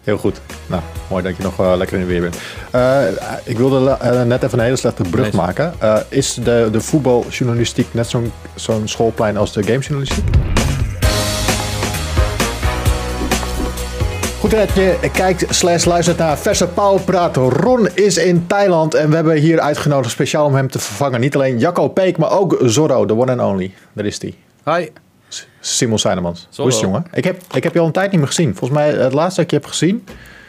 Heel goed. Nou, mooi dat je nog lekker in de weer bent. Ik wilde net even een hele slechte brug maken. Is de voetbaljournalistiek net zo'n schoolplein als de gamejournalistiek? Goed dat je kijkt/luistert naar Verse Pauwpraat. Ron is in Thailand en we hebben hier uitgenodigd speciaal om hem te vervangen. Niet alleen Jacco Peek, maar ook Zorro, the one and only. Daar is hij. Hi. Simon Seinemans. Hoe is het, jongen? Ik heb je al een tijd niet meer gezien. Volgens mij, het laatste dat ik je heb gezien,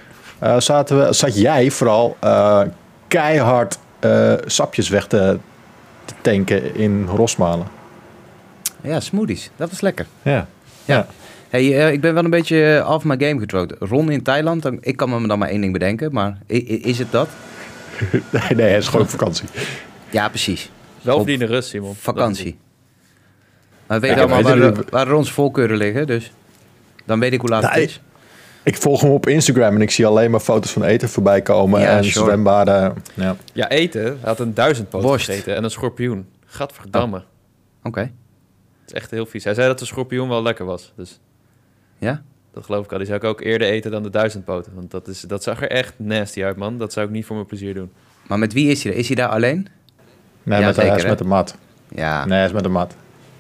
zat jij vooral keihard sapjes weg te tanken in Rosmalen. Ja, smoothies. Dat was lekker. Ja. Hey, ik ben wel een beetje af mijn game getrokken. Ron in Thailand, ik kan me dan maar één ding bedenken, maar is het dat? Nee, het is gewoon vakantie. Ja, precies. Welverdiende rust, Simon. Vakantie. Maar we weten allemaal waar Rons voorkeuren liggen, dus dan weet ik hoe laat het is. Ik volg hem op Instagram en ik zie alleen maar foto's van eten voorbij komen en zwembaden. Ja, eten. Hij had een 1000-poot gegeten en een schorpioen. Gadverdamme. Oh. Oké. Het is echt heel vies. Hij zei dat de schorpioen wel lekker was. Dus ja? Dat geloof ik al. Die zou ik ook eerder eten dan de 1000-poten. Want dat zag er echt nasty uit, man. Dat zou ik niet voor mijn plezier doen. Maar met wie is hij er? Is hij daar alleen? Nee, ja, hij is met de maat. Ja. Nee, hij is met de maat.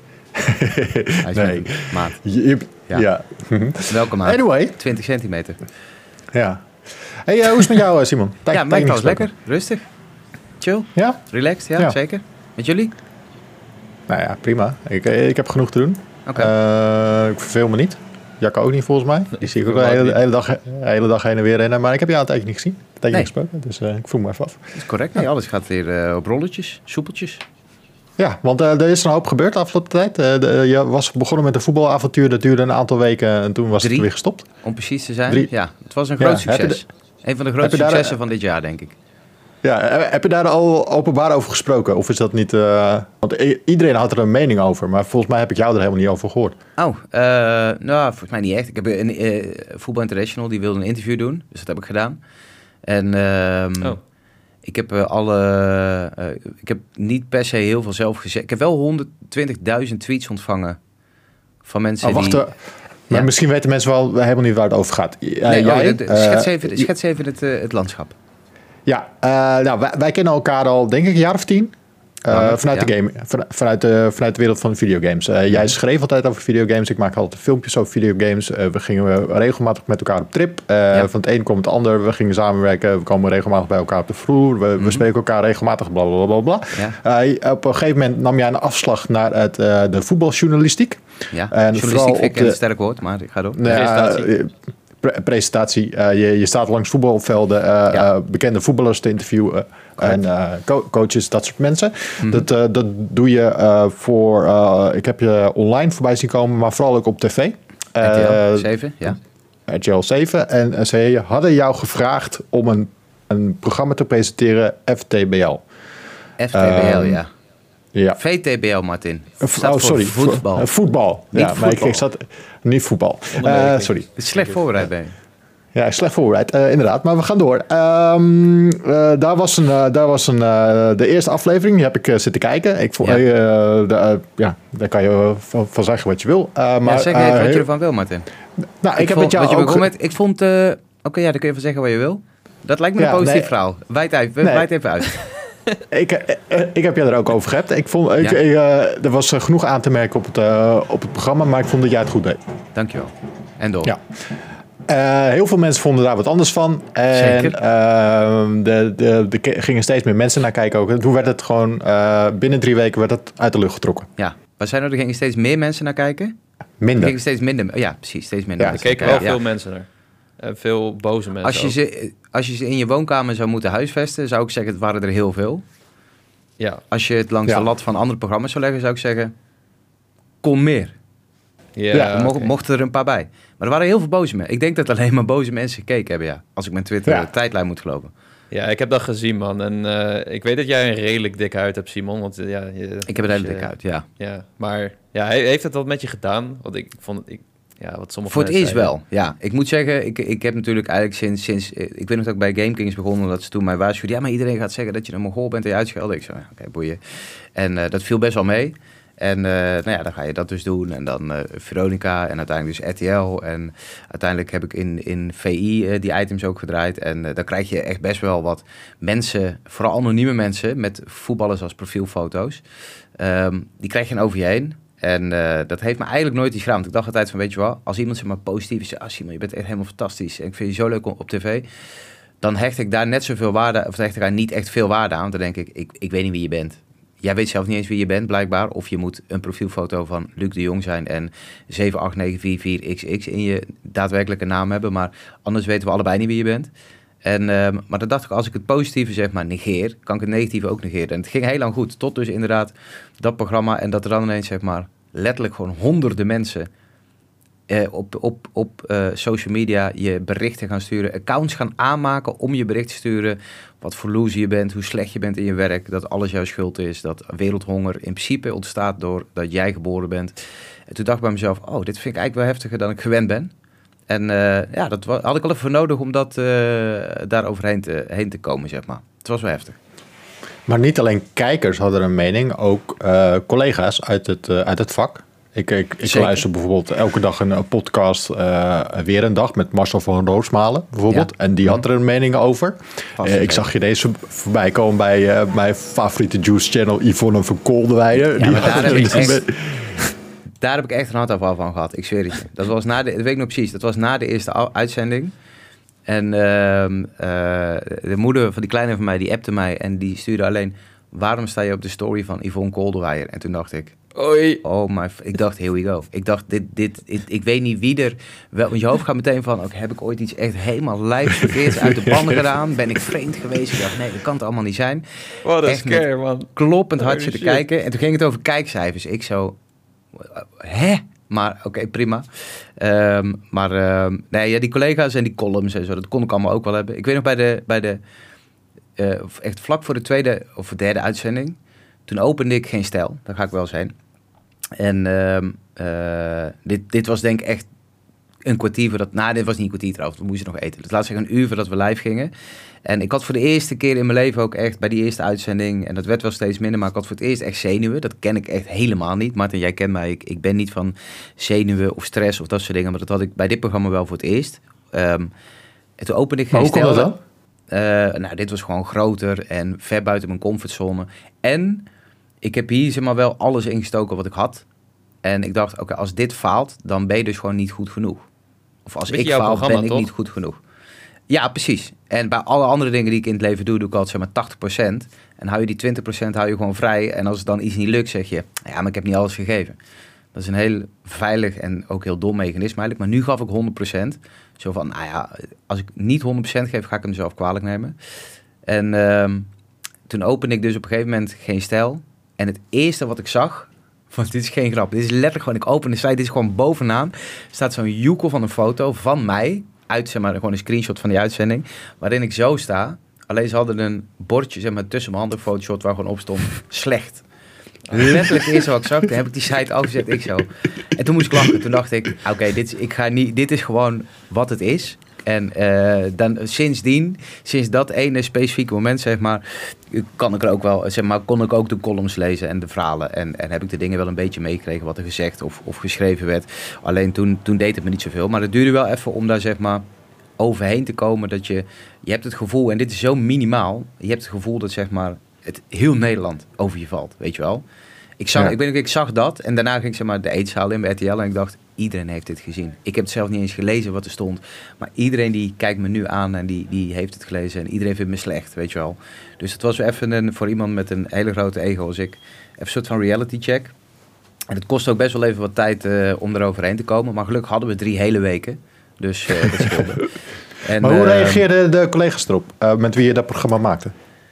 Hij is met de maat. Ja. Welke maat? Anyway. 20 centimeter. Ja. Hey, hoe is het met jou, Simon? Ja, mij was lekker. Rustig. Chill. Ja? Relaxed, ja, zeker. Met jullie? Nou ja, prima. Ik heb genoeg te doen. Ik verveel me niet. Jacco ook niet, volgens mij. Die zie ik ook de hele dag heen en weer rennen. Maar ik heb jou een tijdje niet gezien. Een tijdje niet gesproken. Dus ik voel me even af. Dat is correct. Nee, alles gaat weer op rolletjes, soepeltjes. Ja, want er is een hoop gebeurd de afgelopen tijd. Je was begonnen met een voetbalavontuur. Dat duurde een aantal weken en toen was het weer gestopt. Om precies te zijn. Ja, het was een groot succes. Een van de grootste successen van dit jaar, denk ik. Ja, heb je daar al openbaar over gesproken? Of is dat niet... want iedereen had er een mening over. Maar volgens mij heb ik jou er helemaal niet over gehoord. Nou, volgens mij niet echt. Ik heb een Voetbal International, die wilde een interview doen. Dus dat heb ik gedaan. En ik heb ik heb niet per se heel veel zelf gezegd. Ik heb wel 120.000 tweets ontvangen van mensen die... Maar misschien weten mensen wel helemaal niet waar het over gaat. Schets even het landschap. Ja, wij kennen elkaar al, denk ik, een jaar of 10. Vanuit de wereld van videogames. Jij schreef altijd over videogames. Ik maak altijd filmpjes over videogames. We gingen regelmatig met elkaar op trip. Van het een komt het ander. We gingen samenwerken. We komen regelmatig bij elkaar op de vloer. We spreken elkaar regelmatig. Blablabla. Op een gegeven moment nam jij een afslag naar de voetbaljournalistiek. Ja, en journalistiek vind ik een sterk woord, maar ik ga door. Presentatie. Je staat langs voetbalvelden, bekende voetballers te interviewen en coaches, dat soort mensen. Mm-hmm. Dat doe je voor... ik heb je online voorbij zien komen, maar vooral ook op tv. RTL 7, ja. RTL 7. En ze hadden jou gevraagd om een programma te presenteren, FTBL. FTBL, ja. Ja. VTBL, Martin. Sorry. Voetbal. Voetbal. Niet voetbal. Maar ik zat... Niet voetbal. Sorry. Het is slecht voorbereid ben je. Ja, slecht voorbereid, inderdaad. Maar we gaan door. Daar was de eerste aflevering. Die heb ik zitten kijken. Ik vond, daar kan je van zeggen wat je wil. Maar zeg even wat je ervan wil, Martin. Nou, ik heb met jou ook... Ik vond... daar kun je van zeggen wat je wil. Dat lijkt me een positief verhaal. Wijd even uit. Ik heb jij er ook over gehad. Er was genoeg aan te merken op het programma, maar ik vond dat jij het goed deed. Dankjewel. En door. Ja. Heel veel mensen vonden daar wat anders van. En zeker. Er gingen steeds meer mensen naar kijken ook. En toen werd het gewoon, binnen 3 weken werd het uit de lucht getrokken. Ja, waar zijn er gingen steeds meer mensen naar kijken? Minder. Er gingen steeds minder. Ja, precies, steeds minder. Ja, er keken wel veel mensen naar. Veel boze mensen. Als je ze in je woonkamer zou moeten huisvesten, zou ik zeggen, het waren er heel veel. Ja. Als je het langs de lat van andere programma's zou leggen, zou ik zeggen, kon meer. Mochten er een paar bij. Maar er waren heel veel boze mensen. Ik denk dat alleen maar boze mensen gekeken hebben, ja. Als ik mijn Twitter-tijdlijn moet geloven. Ja, ik heb dat gezien, man. En ik weet dat jij een redelijk dikke huid hebt, Simon. Want, ik heb een hele dikke huid, ja. Ja, maar heeft het wat met je gedaan? Want ik vond het... wat sommige voor het eerst wel, ja. Ik moet zeggen, ik heb natuurlijk eigenlijk sinds... Ik weet nog dat ik bij Game Kings begon, dat ze toen mij waarschuwden. Ja, maar iedereen gaat zeggen dat je een Mongool bent en je uitscheldt. Ik zei, oké, boeien. En dat viel best wel mee. En nou ja, dan ga je dat dus doen. En dan Veronica en uiteindelijk dus RTL. En uiteindelijk heb ik in VI die items ook gedraaid. En dan krijg je echt best wel wat mensen, vooral anonieme mensen met voetballers als profielfoto's. Die krijg je dan over je heen. En dat heeft me eigenlijk nooit iets gedaan. Want ik dacht altijd van, weet je wel, als iemand zeg maar positief is, Simon, je bent echt helemaal fantastisch. En ik vind je zo leuk op tv. Dan hecht ik daar net zoveel waarde, of hecht ik daar niet echt veel waarde aan. Want dan denk ik weet niet wie je bent. Jij weet zelf niet eens wie je bent, blijkbaar. Of je moet een profielfoto van Luc de Jong zijn en 78944XX in je daadwerkelijke naam hebben. Maar anders weten we allebei niet wie je bent. En, maar dan dacht ik, als ik het positieve zeg maar negeer, kan ik het negatieve ook negeren. En het ging heel lang goed, tot dus inderdaad dat programma. En dat er dan ineens zeg maar letterlijk gewoon honderden mensen op social media je berichten gaan sturen. Accounts gaan aanmaken om je bericht te sturen. Wat voor loser je bent, hoe slecht je bent in je werk. Dat alles jouw schuld is. Dat wereldhonger in principe ontstaat doordat jij geboren bent. En toen dacht ik bij mezelf, dit vind ik eigenlijk wel heftiger dan ik gewend ben. En dat had ik wel even nodig om dat daar overheen heen te komen, zeg maar. Het was wel heftig. Maar niet alleen kijkers hadden een mening, ook collega's uit het vak. Ik luister bijvoorbeeld elke dag een podcast, Weer een Dag, met Marcel van Roosmalen bijvoorbeeld. Ja. En die had er een mening over. Ik zag je deze voorbij komen bij mijn favoriete juice channel, Yvonne van Kolderweijer. Ja, daar heb ik echt een hartaanval van gehad, ik zweer het je. Dat was dat weet ik nog precies, dat was na de eerste uitzending. En de moeder van die kleine van mij, die appte mij en die stuurde alleen, waarom sta je op de story van Yvonne Kolderweijer? En toen dacht ik, oei. Ik dacht, here we go. Ik dacht, ik weet niet wie er wel, want je hoofd gaat meteen van, heb ik ooit iets echt helemaal lijfsverkeerds uit de pannen gedaan? Ben ik vreemd geweest? Ik dacht, nee, dat kan het allemaal niet zijn. Wat een scare, man. Kloppend hard zitten kijken. En toen ging het over kijkcijfers. Ik zo, hè? Maar oké, prima. Die collega's en die columns en zo, dat kon ik allemaal ook wel hebben. Ik weet nog bij de echt vlak voor de tweede of derde uitzending, toen opende ik Geen Stijl. Daar ga ik wel eens heen. En dit was denk ik echt een kwartier voordat... dit was niet een kwartier trouwens, we moesten nog eten. Dus laat zeggen een uur voordat we live gingen. En ik had voor de eerste keer in mijn leven ook echt bij die eerste uitzending, en dat werd wel steeds minder, maar ik had voor het eerst echt zenuwen. Dat ken ik echt helemaal niet. Martin, jij kent mij. Ik ben niet van zenuwen of stress of dat soort dingen, maar dat had ik bij dit programma wel voor het eerst. En toen opende ik Geen Stijl. Hoe kon dat dan? Dit was gewoon groter en ver buiten mijn comfortzone. En ik heb hier zeg maar wel alles ingestoken wat ik had. En ik dacht, oké, als dit faalt, dan ben je dus gewoon niet goed genoeg. Of als ik faal, ben ik niet goed genoeg. Ja, precies. En bij alle andere dingen die ik in het leven doe, doe ik altijd zeg maar 80%. En hou je die 20% hou je gewoon vrij. En als het dan iets niet lukt, zeg je, ja, maar ik heb niet alles gegeven. Dat is een heel veilig en ook heel dom mechanisme eigenlijk. Maar nu gaf ik 100%. Zo van, nou ja, als ik niet 100% geef, ga ik hem zelf kwalijk nemen. En toen opende ik dus op een gegeven moment Geen Stijl. En het eerste wat ik zag, want dit is geen grap. Dit is letterlijk gewoon, ik open de site, dit is gewoon bovenaan. Staat zo'n joekel van een foto van mij, uit zeg maar gewoon een screenshot van die uitzending, waarin ik zo sta. Alleen ze hadden een bordje zeg maar tussen mijn handen Photoshop waar gewoon op stond, slecht. Letterlijk eerst wat ik zag, toen heb ik die site afgezet, ik zo. En toen moest ik lachen. Toen dacht ik, oké, dit is gewoon wat het is. En dan sindsdien, sinds dat ene specifieke moment, zeg maar, kan ik er ook wel, zeg maar, kon ik ook de columns lezen en de verhalen. En heb ik de dingen wel een beetje meegekregen wat er gezegd of geschreven werd. Alleen toen deed het me niet zoveel. Maar het duurde wel even om daar, zeg maar, overheen te komen. Dat je hebt het gevoel, en dit is zo minimaal, je hebt het gevoel dat, zeg maar, het heel Nederland over je valt, weet je wel. Ik zag dat en daarna ging ik zeg maar de eetzaal in bij RTL en ik dacht, iedereen heeft dit gezien. Ik heb het zelf niet eens gelezen wat er stond, maar iedereen die kijkt me nu aan en die heeft het gelezen en iedereen vindt me slecht, weet je wel. Dus het was even voor iemand met een hele grote ego als ik, even een soort van reality check. En het kost ook best wel even wat tijd om eroverheen te komen, maar gelukkig hadden we 3 hele weken, dus dat scheelde. En, maar hoe reageerden de collega's erop, met wie je dat programma maakte?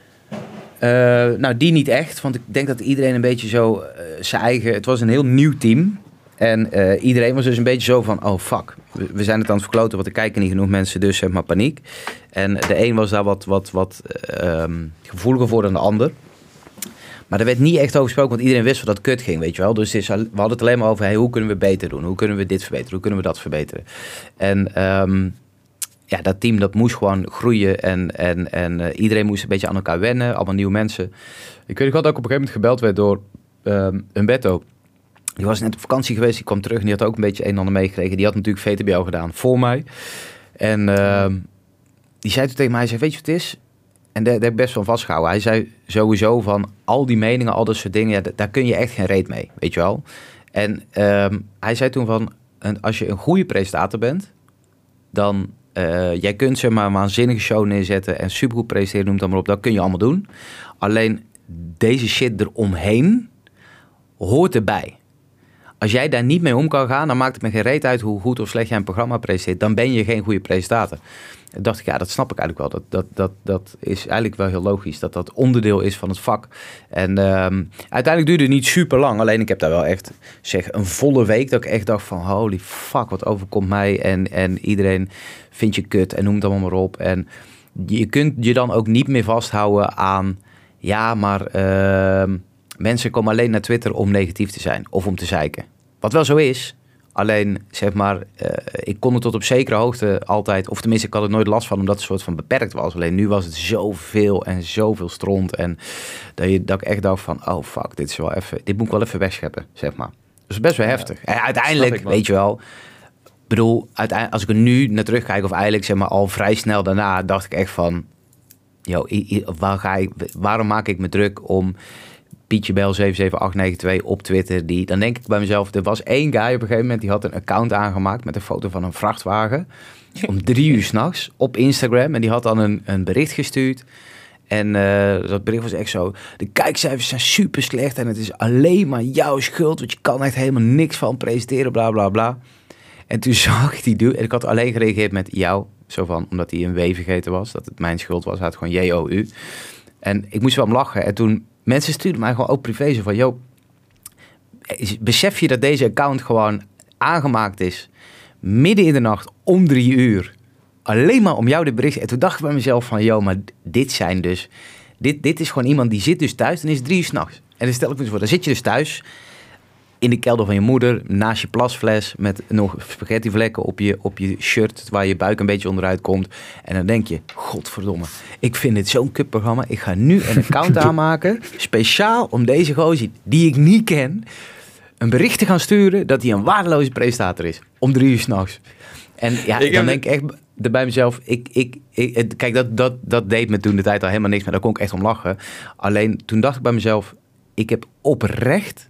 Nou, die niet echt, want ik denk dat iedereen een beetje zo zijn eigen... Het was een heel nieuw team en iedereen was dus een beetje zo van, oh fuck, we zijn het aan het verkloten, want er kijken niet genoeg mensen, dus zeg maar paniek. En de een was daar wat gevoeliger voor dan de ander. Maar er werd niet echt over gesproken, want iedereen wist wat dat kut ging, weet je wel. Dus we hadden het alleen maar over, hey, hoe kunnen we beter doen? Hoe kunnen we dit verbeteren? Hoe kunnen we dat verbeteren? En... ja, dat team dat moest gewoon groeien en iedereen moest een beetje aan elkaar wennen. Allemaal nieuwe mensen. Ik weet nog dat ik op een gegeven moment gebeld werd door Humberto. Die was net op vakantie geweest, die kwam terug en die had ook een beetje een en ander meegekregen. Die had natuurlijk VTBO gedaan voor mij. En die zei toen tegen mij, hij zei, weet je wat het is? En daar heb ik best wel vastgehouden. Hij zei sowieso van al die meningen, al dat soort dingen, ja, daar kun je echt geen reet mee, weet je wel. En hij zei toen van, als je een goede presentator bent, dan jij kunt zeg maar een waanzinnige show neerzetten en supergoed presenteren, noem het maar op, dat kun je allemaal doen. Alleen deze shit eromheen hoort erbij. Als jij daar niet mee om kan gaan, dan maakt het me geen reet uit hoe goed of slecht jij een programma presenteert. Dan ben je geen goede presentator. En dacht ik, ja, dat snap ik eigenlijk wel. Dat is eigenlijk wel heel logisch. Dat onderdeel is van het vak. En uiteindelijk duurde het niet super lang. Alleen ik heb daar wel echt, een volle week dat ik echt dacht van, holy fuck, wat overkomt mij? En iedereen vindt je kut en noem het allemaal maar op. En je kunt je dan ook niet meer vasthouden aan, ja, maar mensen komen alleen naar Twitter om negatief te zijn of om te zeiken. Wat wel zo is. Alleen, zeg maar, ik kon het tot op zekere hoogte altijd, of tenminste, ik had er nooit last van, omdat het soort van beperkt was. Alleen nu was het zoveel en zoveel stront. En dat ik echt dacht van, oh fuck, dit moet ik wel even wegscheppen, zeg maar. Dus best wel heftig. En uiteindelijk, weet je wel, bedoel, als ik er nu naar terugkijk, of eigenlijk, zeg maar, al vrij snel daarna, dacht ik echt van, waarom maak ik me druk om Pietje Bel 77892 op Twitter. Dan denk ik bij mezelf, er was één guy op een gegeven moment, die had een account aangemaakt met een foto van een vrachtwagen. Om 3 uur 's nachts op Instagram. En die had dan een bericht gestuurd. En dat bericht was echt zo, de kijkcijfers zijn super slecht en het is alleen maar jouw schuld, want je kan echt helemaal niks van presenteren, bla bla bla. En toen zag ik die dude, en ik had alleen gereageerd met jou, zo van, omdat hij een W vergeten was, dat het mijn schuld was. Hij had gewoon JOU. En ik moest wel om lachen. En toen mensen stuurden mij gewoon ook privé zo van, besef je dat deze account gewoon aangemaakt is midden in de nacht om 3 uur, alleen maar om jou de bericht. En toen dacht ik bij mezelf van, maar dit is gewoon iemand die zit dus thuis en is 3 uur 's nachts. En dan stel ik me voor, dan zit je dus thuis in de kelder van je moeder, naast je plasfles, met nog spaghettivlekken op je shirt, waar je buik een beetje onderuit komt. En dan denk je, godverdomme, ik vind dit zo'n kutprogramma. Ik ga nu een account aanmaken, speciaal om deze gozer, die ik niet ken, een bericht te gaan sturen dat hij een waardeloze presentator is. Om 3 uur 's nachts. En ja, dan denk ik echt bij mezelf, kijk, dat deed me toen de tijd al helemaal niks, maar daar kon ik echt om lachen. Alleen toen dacht ik bij mezelf, ik heb oprecht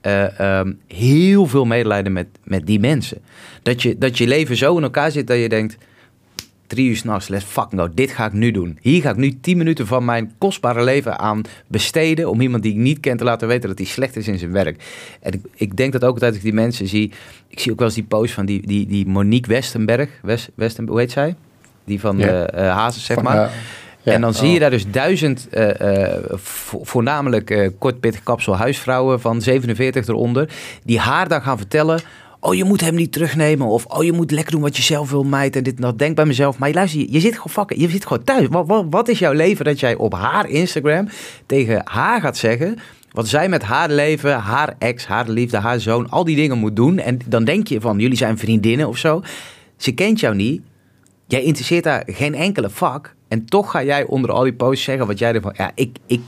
heel veel medelijden met die mensen. Dat je leven zo in elkaar zit dat je denkt, 3 uur 's nachts, let's fucking go, dit ga ik nu doen. Hier ga ik nu 10 minuten van mijn kostbare leven aan besteden om iemand die ik niet ken te laten weten dat hij slecht is in zijn werk. En ik denk dat ook altijd als ik die mensen zie, ik zie ook wel eens die post van die Monique Westenberg, hoe heet zij? Die van Hazes, zeg maar. Ja, en dan zie je daar dus 1000 voornamelijk kort pittig kapsel huisvrouwen van 47 eronder, die haar dan gaan vertellen, oh, je moet hem niet terugnemen, of oh, je moet lekker doen wat je zelf wil, meid, en dit en dat. Denk bij mezelf, maar luister, je zit gewoon thuis. Wat is jouw leven dat jij op haar Instagram tegen haar gaat zeggen wat zij met haar leven, haar ex, haar liefde, haar zoon, al die dingen moet doen. En dan denk je van, jullie zijn vriendinnen of zo. Ze kent jou niet. Jij interesseert haar geen enkele fuck. En toch ga jij onder al die posts zeggen wat jij ervan... Ja,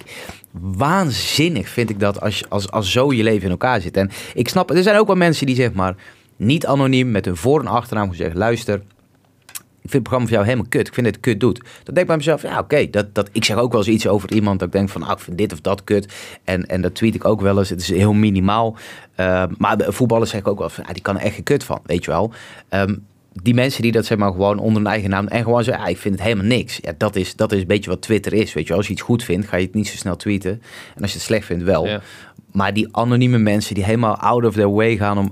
waanzinnig vind ik dat als zo je leven in elkaar zit. En ik snap, er zijn ook wel mensen die zeg maar niet anoniem met hun voor- en achternaam gaan zeggen, luister, ik vind het programma voor jou helemaal kut. Ik vind dat het kut doet. Dan denk ik bij mezelf, ja oké, ik zeg ook wel eens iets over iemand dat ik denk van, ik vind dit of dat kut. En dat tweet ik ook wel eens. Het is heel minimaal. Maar voetballers zeggen ook wel van, die kan er echt geen kut van, weet je wel. Die mensen die dat zeg maar gewoon onder een eigen naam en gewoon zeggen, ik vind het helemaal niks. Ja, dat is een beetje wat Twitter is, weet je wel. Als je iets goed vindt, ga je het niet zo snel tweeten. En als je het slecht vindt, wel. Ja. Maar die anonieme mensen die helemaal out of their way gaan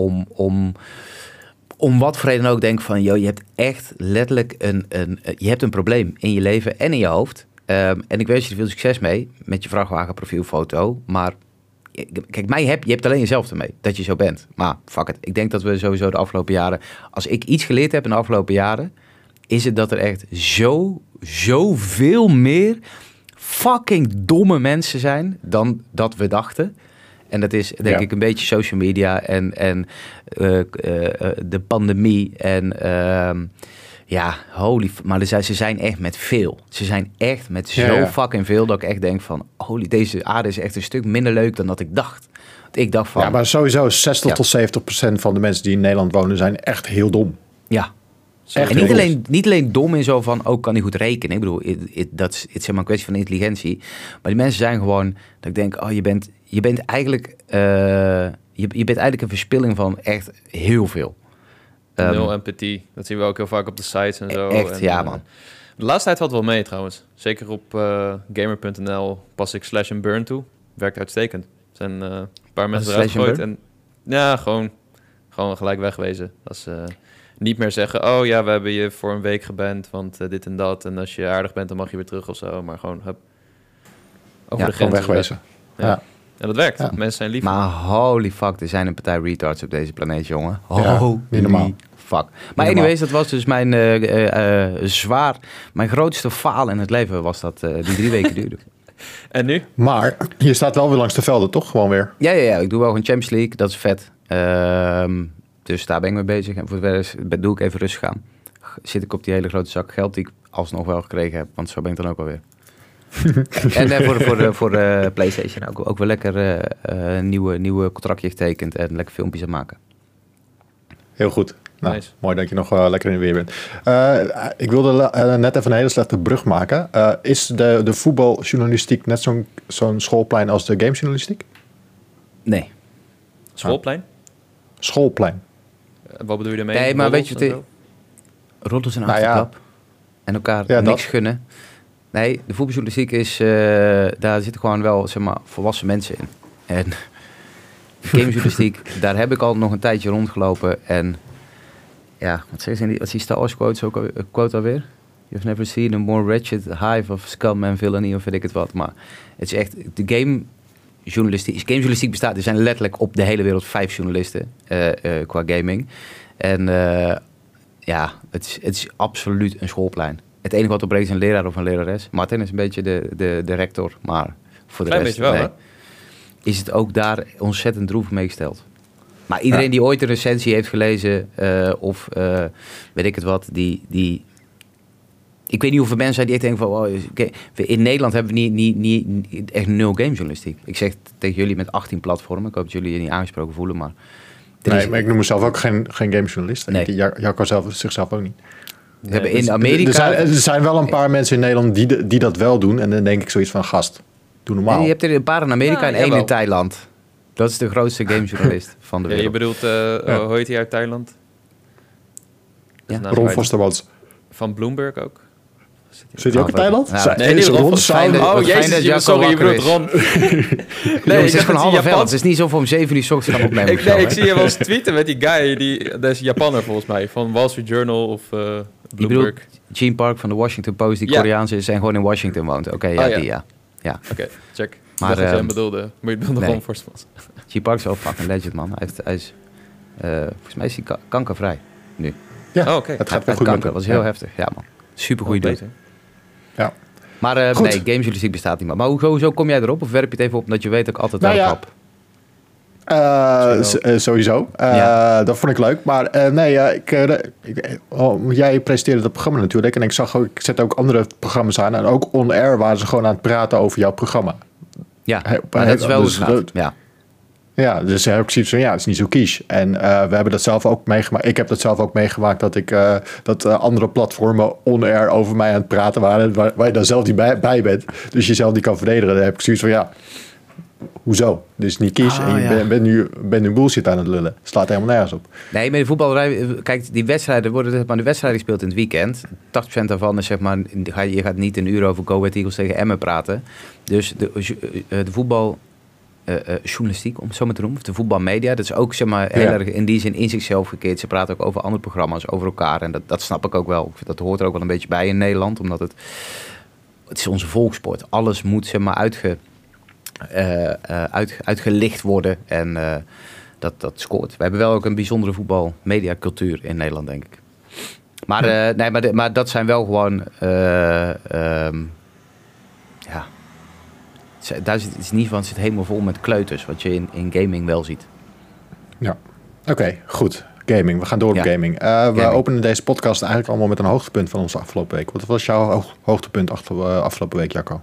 om wat voor reden ook denken van, je hebt echt letterlijk je hebt een probleem in je leven en in je hoofd. En ik wens je er veel succes mee met je vrachtwagenprofielfoto. Maar kijk, je hebt alleen jezelf ermee dat je zo bent. Maar fuck it. Ik denk dat we sowieso de afgelopen jaren, als ik iets geleerd heb in de afgelopen jaren, is het dat er echt zoveel meer fucking domme mensen zijn dan dat we dachten. En dat is denk ik een beetje social media en de pandemie en Ja, maar ze zijn echt met veel. Ze zijn echt met zo fucking veel dat ik echt denk van... deze aarde is echt een stuk minder leuk dan dat ik dacht. Want ik dacht van... Ja, maar sowieso 60 tot 70% van de mensen die in Nederland wonen zijn echt heel dom. Ja. Echt en niet alleen dom in zo van, kan niet goed rekenen. Ik bedoel, dat is zeg maar een kwestie van intelligentie. Maar die mensen zijn gewoon, dat ik denk, je bent eigenlijk een verspilling van echt heel veel. Nul empathie. Dat zien we ook heel vaak op de sites en zo. Echt, en, ja man. De laatste tijd valt wel mee trouwens. Zeker op gamer.nl pas ik slash and burn toe. Werkt uitstekend. Er zijn een paar mensen eruit gegooid. En ja, gewoon gelijk wegwezen. Dat is... niet meer zeggen, oh ja, we hebben je voor een week geband, want dit en dat. En als je aardig bent, dan mag je weer terug of zo. Maar gewoon, over de grens wegwezen. Ja. En dat werkt. Ja. Mensen zijn lief. Maar holy fuck, er zijn een partij retards op deze planeet, jongen. Niet normaal. Fuck. Maar anyways, dat was dus mijn mijn grootste faal in het leven was dat die 3 weken duurde. En nu? Maar je staat wel weer langs de velden, toch? Gewoon weer. Ja. Ik doe wel gewoon Champions League, dat is vet. Dus daar ben ik mee bezig. En voor de rest doe ik even rustig aan. Zit ik op die hele grote zak geld die ik alsnog wel gekregen heb. Want zo ben ik dan ook alweer. En voor PlayStation ook wel lekker nieuwe contractje getekend. En lekker filmpjes aan maken. Heel goed. Nou, nice. Mooi dat je nog lekker in de weer bent. Ik wilde net even een hele slechte brug maken. Is de voetbaljournalistiek net zo'n schoolplein als de gamejournalistiek? Nee. Schoolplein? Schoolplein. Wat bedoel je daarmee? Nee, maar weet je, roddels en achterklap. En elkaar niks gunnen. Nee, de voetbaljournalistiek is... daar zitten gewoon wel, zeg maar, volwassen mensen in. En de gamejournalistiek, daar heb ik al nog een tijdje rondgelopen. En ja, wat is die Star Wars quote alweer? You've never seen a more wretched hive of scum and villainy, of weet ik het wat. Maar het is echt... De gamejournalistiek bestaat. Er zijn letterlijk op de hele wereld 5 journalisten qua gaming. En het is absoluut een schoolplein. Het enige wat ontbreekt is een leraar of een lerares. Martin is een beetje de rector, maar voor de rest is het ook daar ontzettend droevig meegesteld. Maar iedereen die ooit een recensie heeft gelezen of weet ik het wat, die ik weet niet hoeveel mensen zijn die echt denken van... in Nederland hebben we niet echt 0 gamejournalistiek. Ik zeg tegen jullie met 18 platformen. Ik hoop dat jullie je niet aangesproken voelen, maar... maar ik noem mezelf ook geen gamejournalist. Nee. Jacco zichzelf ook niet. We hebben in Amerika... Er zijn wel een paar mensen in Nederland die dat wel doen. En dan denk ik zoiets van, gast, doe normaal. Je hebt er een paar in Amerika en 1 in Thailand. Dat is de grootste gamejournalist van de wereld. Je bedoelt, hoe heet hij uit Thailand? Ron Fostermans. Van Bloomberg ook. Zit hij ook in Thailand? Ja. Nee, niet Ron. Jezus, sorry, je bedoelt Ron. Nee, het is gewoon half elf. Het is niet zo voor om 7 uur 's ochtends gaan opnemen. Ik zie je wel eens tweeten met die guy, dat is Japanner volgens mij, van Wall Street Journal of Bloomberg. Gene Park van de Washington Post, die Koreaans is en gewoon in Washington woont. Oké, ja. Oké, check. Maar dat jij bedoelde, maar je bedoelde Ron Forsmans. Gene Park is wel fucking legend, man. Hij is, volgens mij is hij kankervrij nu. Ja, het gaat wel goed. Kanker, dat was heel heftig. Ja, man. Super goede dude. Ja. Maar nee, gamejournalistiek bestaat niet meer. Maar hoezo kom jij erop? Of werp je het even op omdat je weet dat ik altijd wel heb? Sowieso. Dat vond ik leuk. Maar jij presenteerde dat programma natuurlijk. En ik zet ook andere programma's aan. En ook on-air waren ze gewoon aan het praten over jouw programma. Ja, maar dat is wel dus hoe het gaat. Ja, dus heb ik zoiets van, het is niet zo kies. En we hebben dat zelf ook meegemaakt. Ik heb dat zelf ook meegemaakt dat andere platformen on-air over mij aan het praten waren. Waar je dan zelf niet bij bent. Dus jezelf niet kan verdedigen. Dan heb ik zoiets van, hoezo? Dus niet kies en je bent nu bullshit aan het lullen. Slaat helemaal nergens op. Nee, maar de voetballerij... Kijk, die wedstrijden worden... Maar de wedstrijden gespeeld in het weekend. 80% daarvan is zeg maar... Je gaat niet een uur over Go Ahead Eagles tegen Emmen praten. Dus de voetbal... journalistiek, om het zo maar te noemen. Of de voetbalmedia. Dat is ook zeg maar heel erg in die zin in zichzelf gekeerd. Ze praten ook over andere programma's, over elkaar. En dat snap ik ook wel. Dat hoort er ook wel een beetje bij in Nederland. Omdat het is onze volkssport. Alles moet zeg maar uitgelicht worden. En dat scoort. We hebben wel ook een bijzondere voetbalmediacultuur in Nederland, denk ik. Maar, maar dat zijn wel gewoon... Daar zit het niet van, het zit helemaal vol met kleuters, wat je in gaming wel ziet. Ja, oké, goed. Gaming. We gaan door op gaming. We openen deze podcast eigenlijk allemaal met een hoogtepunt van onze afgelopen week. Wat was jouw hoogtepunt afgelopen week, Jacco?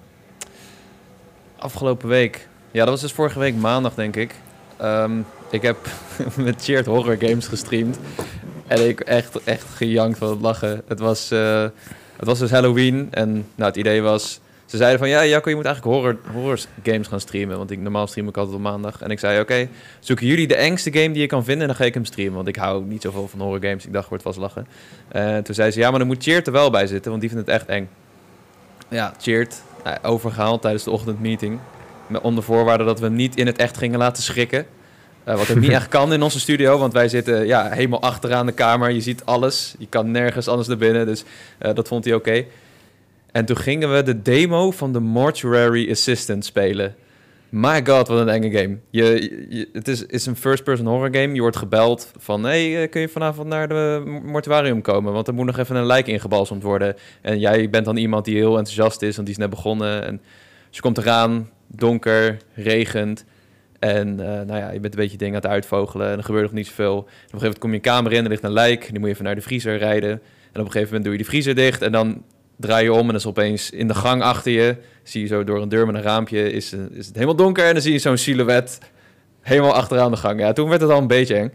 Afgelopen week? Ja, dat was dus vorige week maandag, denk ik. Ik heb met Cheered horror games gestreamd. En ik echt gejankt van het lachen. Het was dus Halloween. En nou, het idee was... Ze zeiden van, ja, Jacco, je moet eigenlijk horror games gaan streamen. Want normaal stream ik altijd op maandag. En ik zei, oké, zoeken jullie de engste game die je kan vinden... en dan ga ik hem streamen. Want ik hou niet zoveel van horror games. Ik dacht, wordt vast lachen. Toen zei ze, ja, maar dan moet Cheered er wel bij zitten... want die vindt het echt eng. Ja, Cheered, overgehaald tijdens de ochtendmeeting... onder voorwaarde dat we hem niet in het echt gingen laten schrikken... wat ook niet echt kan in onze studio, want wij zitten helemaal achteraan de kamer. Je ziet alles, je kan nergens anders naar binnen, dus dat vond hij oké. En toen gingen we de demo van de Mortuary Assistant spelen. My god, wat een enge game. Het is een first-person horror game. Je wordt gebeld van, hey, kun je vanavond naar de mortuarium komen? Want er moet nog even een lijk ingebalsemd worden. En jij bent dan iemand die heel enthousiast is, want die is net begonnen. En dus je komt eraan, donker, regent... En je bent een beetje dingen aan het uitvogelen en er gebeurt nog niet zoveel. En op een gegeven moment kom je een kamer in, er ligt een lijk. Die moet je even naar de vriezer rijden. En op een gegeven moment doe je de vriezer dicht en dan draai je om... en dan is opeens in de gang achter je... zie je zo door een deur met een raampje... is het helemaal donker en dan zie je zo'n silhouet... helemaal achteraan de gang. Ja, toen werd het al een beetje eng.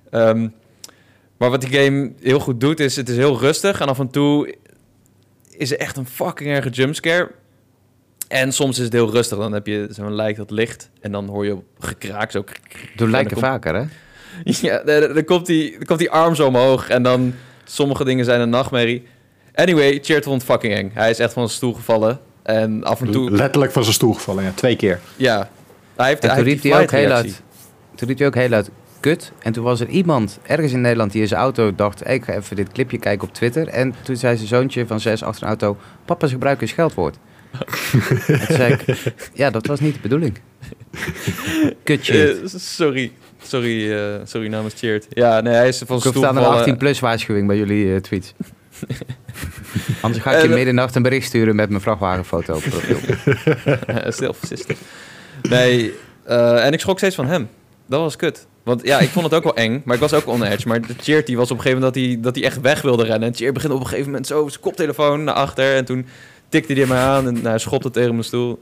Maar wat die game heel goed doet is... het is heel rustig en af en toe... is er echt een fucking erge jumpscare... En soms is het heel rustig. Dan heb je zo'n lijk dat ligt. En dan hoor je gekraak zo. Doe lijken vaker, hè? Ja, dan komt die arm zo omhoog. En dan... Sommige dingen zijn een nachtmerrie. Anyway, Cheered vond het fucking eng. Hij is echt van zijn stoel gevallen. En af en toe... Letterlijk van zijn stoel gevallen, ja. 2 keer. Ja. Toen riep hij ook heel luid... Kut. En toen was er iemand ergens in Nederland die in zijn auto dacht... ik ga even dit clipje kijken op Twitter. En toen zei zijn zoontje van 6 achter een auto... Papa, ze gebruiken een scheldwoord. En toen zei ik, ja, dat was niet de bedoeling. Kutje. Sorry namens Cheered. Ja, nee, hij is van zijn stoel gevallen. Er staat een 18+ waarschuwing bij jullie tweets. Anders ga ik je middernacht een bericht sturen met mijn vrachtwagenfoto op profiel. Self-assistant. Nee, en ik schrok steeds van hem. Dat was kut. Want ja, ik vond het ook wel eng, maar ik was ook on edge. Maar de Cheered die was op een gegeven moment dat hij echt weg wilde rennen. En Cheered begint op een gegeven moment zo zijn koptelefoon naar achter. En toen tikte hij mij aan en hij schopte tegen mijn stoel.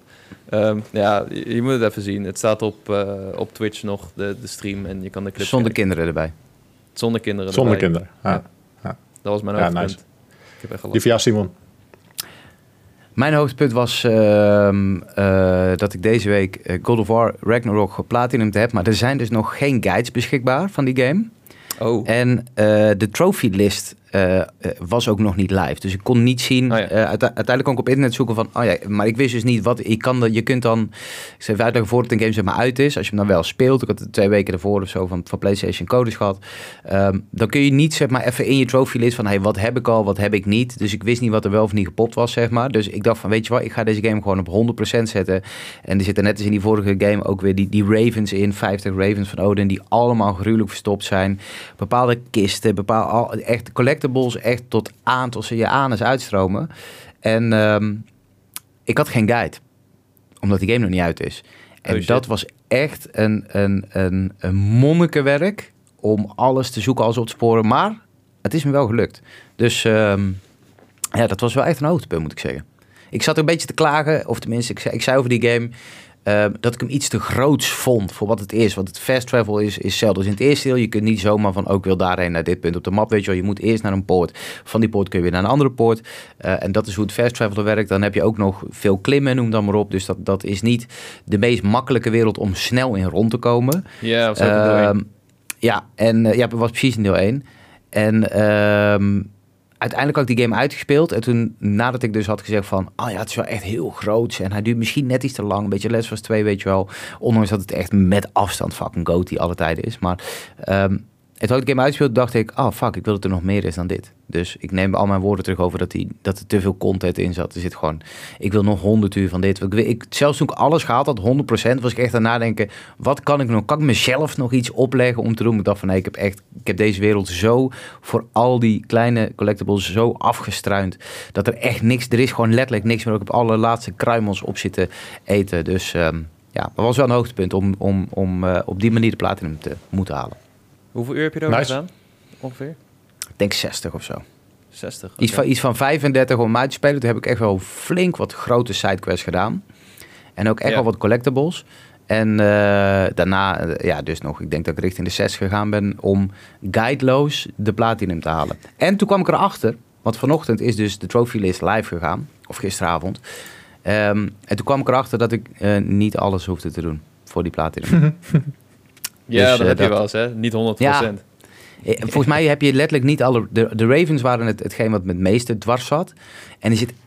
Je moet het even zien. Het staat op Twitch nog, de stream. En je kan de clip zonder kinderen erbij. Zonder kinderen. Ja. Dat was mijn hoogtepunt. Nice. Die van jou, Simon? Mijn hoogtepunt was dat ik deze week God of War Ragnarok geplatinumd heb. Maar er zijn dus nog geen guides beschikbaar van die game. Oh. En de trophy list was ook nog niet live. Dus ik kon niet zien... uiteindelijk kon ik op internet zoeken van... maar ik wist dus niet wat... Je kunt dan... Ik zei uitleggen voordat een game zeg maar uit is. Als je hem dan wel speelt. Ik had het 2 weken ervoor of zo van PlayStation codes gehad. Dan kun je niet zeg maar even in je trophy list van... wat heb ik al, wat heb ik niet. Dus ik wist niet wat er wel of niet gepopt was, zeg maar. Dus ik dacht van, weet je wat? Ik ga deze game gewoon op 100% zetten. En er zitten net als in die vorige game ook weer die Ravens in. 50 Ravens van Odin. Die allemaal gruwelijk verstopt zijn. Bepaalde kisten. Echt collectibles. Echt tot ze je anus uitstromen. En ik had geen guide. Omdat die game nog niet uit is. En dat was echt een monnikenwerk om alles te zoeken als op te sporen. Maar het is me wel gelukt. Dus dat was wel echt een hoogtepunt, moet ik zeggen. Ik zat een beetje te klagen, of tenminste, ik zei over die game... dat ik hem iets te groots vond voor wat het is. Want het fast travel is zelden. Dus in het eerste deel, je kunt niet zomaar van... ik wil daarheen naar dit punt op de map. Weet je wel, je moet eerst naar een poort. Van die poort kun je weer naar een andere poort. En dat is hoe het fast travel werkt. Dan heb je ook nog veel klimmen, noem dan maar op. Dus dat is niet de meest makkelijke wereld om snel in rond te komen. Ja, dat was ook deel 1. Ja, en dat was precies in deel 1. En... uiteindelijk had ik die game uitgespeeld. En toen, nadat ik dus had gezegd van... het is wel echt heel groot. En hij duurt misschien net iets te lang. Een beetje Last of Us 2, weet je wel. Ondanks dat het echt met afstand fucking GOAT alle tijden is. Maar toen had ik de game uitgespeeld, dacht ik... fuck, ik wil dat er nog meer is dan dit. Dus ik neem al mijn woorden terug over dat er te veel content in zat. Er zit gewoon... Ik wil nog 100 uur van dit. Zelfs toen ik alles gehaald had, 100%, was ik echt aan het nadenken... Wat kan ik nog? Kan ik mezelf nog iets opleggen om te doen? Ik dacht van, nee, ik heb deze wereld zo... voor al die kleine collectibles zo afgestruind... dat er echt niks... Er is gewoon letterlijk niks meer. Ik heb alle laatste kruimels op zitten eten. Dus dat was wel een hoogtepunt... om op die manier de platinum te moeten halen. Hoeveel uur heb je erover gedaan? ongeveer? Ik denk 60 of zo. 60? Okay. Iets van 35 om uit te spelen. Toen heb ik echt wel flink wat grote sidequests gedaan. En ook echt wel wat collectibles. En daarna, dus nog, ik denk dat ik richting de 6 gegaan ben om guideloos de platinum te halen. En toen kwam ik erachter, want vanochtend is dus de trophy list live gegaan, of gisteravond. En toen kwam ik erachter dat ik niet alles hoefde te doen voor die platinum. Ja, dus, dat heb je wel eens, hè? Niet 100%. Ja, volgens mij heb je letterlijk niet alle... De Ravens waren hetgeen wat me het meeste dwars zat. En er zit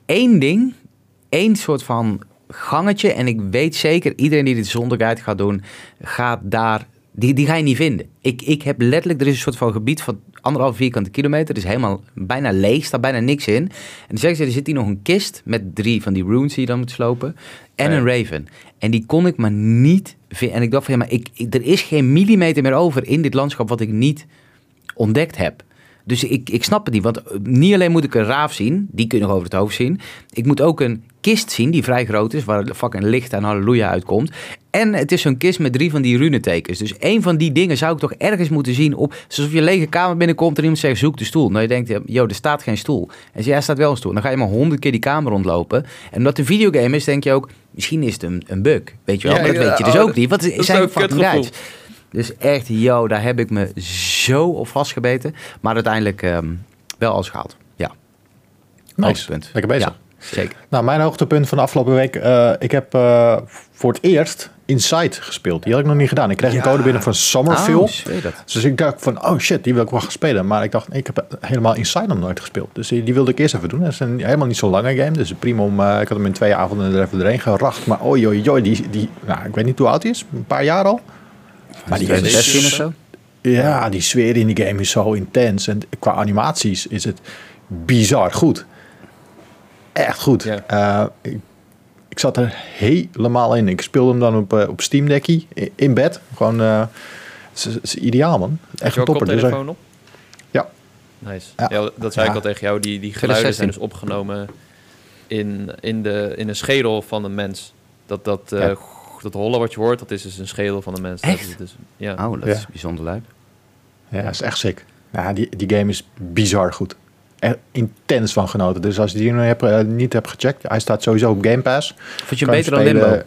één soort van gangetje. En ik weet zeker, iedereen die dit zonder guide gaat doen, gaat daar... Die ga je niet vinden. Ik heb letterlijk... Er is een soort van gebied van 1,5 vierkante kilometer. Het is helemaal bijna leeg, staat bijna niks in. En dan zeggen ze, er zit hier nog een kist met 3 van die runes die je dan moet slopen. En een raven. En die kon ik maar niet vinden. En ik dacht van, maar er is geen millimeter meer over in dit landschap wat ik niet ontdekt heb. Dus ik snap het niet. Want niet alleen moet ik een raaf zien, die kun je nog over het hoofd zien. Ik moet ook een kist zien die vrij groot is, waar fucking licht en halleluja uitkomt. En het is zo'n kist met 3 van die runetekens. Dus één van die dingen zou ik toch ergens moeten zien op... Alsof je een lege kamer binnenkomt en iemand zegt, zoek de stoel. Nou, je denkt, er staat geen stoel. En er staat wel een stoel. Dan ga je maar 100 keer die kamer rondlopen. En omdat het een videogame is, denk je ook, misschien is het een bug. Weet je wel, maar dat weet je dus ook niet. Want het zijn fucking guys. Dus echt, daar heb ik me zo op vastgebeten. Maar uiteindelijk wel alles gehaald. Ja. Nice. Lekker bezig. Ja, zeker. Nou, mijn hoogtepunt van de afgelopen week. Ik heb voor het eerst Inside gespeeld. Die had ik nog niet gedaan. Ik kreeg een code binnen van Summerville. Dus ik dacht van, oh shit, die wil ik wel gaan spelen. Maar ik dacht, ik heb helemaal Inside nog nooit gespeeld. Dus die wilde ik eerst even doen. Dat is helemaal niet zo'n lange game. Dus prima ik had hem in 2 avonden er even doorheen geracht. Maar die ik weet niet hoe oud hij is. Een paar jaar al. Maar die is 16 of zo? Ja, die sfeer in die game is zo intens. En qua animaties is het bizar goed. Echt goed. Ja. Ik zat er helemaal in. Ik speelde hem dan op Steam Decky in bed. Gewoon, het is ideaal, man. Echt een topper. Koptelefoon op? Ja. Nice. Ja, dat zei ik al tegen jou. Die geluiden zijn dus opgenomen in de schedel van een mens. Dat rollen wat je hoort, dat is dus een schedel van een mens. Echt? Dat is, dat is bijzonder lijp. Ja, dat is echt sick. Ja, die game is bizar goed. Er intens van genoten. Dus als je die niet hebt gecheckt, hij staat sowieso op Game Pass. Vond je hem beter dan Limbo?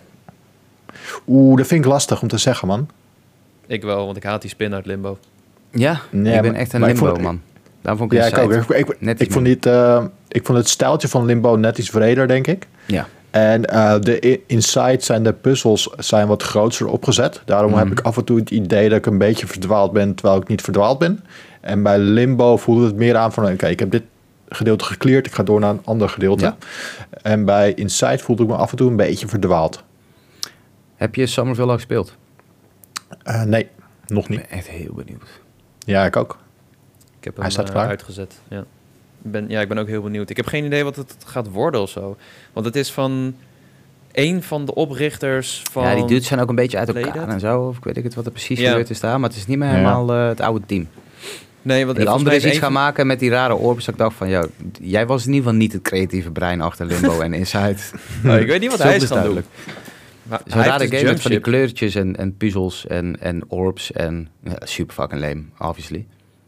Dat vind ik lastig om te zeggen, man. Ik wel, want ik haat die spin uit Limbo. Ja, ik ben echt een Limbo-man. Daarom vond ik ik ook. Ik vond het stijltje van Limbo net iets vreder, denk ik. Ja. En de Inside zijn de puzzels zijn wat groter opgezet. Daarom heb ik af en toe het idee dat ik een beetje verdwaald ben, terwijl ik niet verdwaald ben. En bij Limbo voelde het meer aan van, oké, ik heb dit gedeelte gecleared, ik ga door naar een ander gedeelte. Ja. En bij Inside voelde ik me af en toe een beetje verdwaald. Heb je Summerville al gespeeld? Nee, nog niet. Ik ben echt heel benieuwd. Ja, ik ook. Ik heb hem uitgezet, ja. Ik ben ook heel benieuwd. Ik heb geen idee wat het gaat worden of zo. Want het is van een van de oprichters van... Ja, die dudes zijn ook een beetje uit elkaar en zo. Of ik weet niet wat er precies gebeurd is daar. Maar het is niet meer helemaal het oude team. Nee, want die andere is iets gaan maken met die rare orbs. Ik dacht van, jij was in ieder geval niet het creatieve brein achter Limbo en Inside. Ik weet niet wat hij is gaan doen. Zo'n rare game met van die kleurtjes en puzzels en orbs. En super fucking lame, obviously.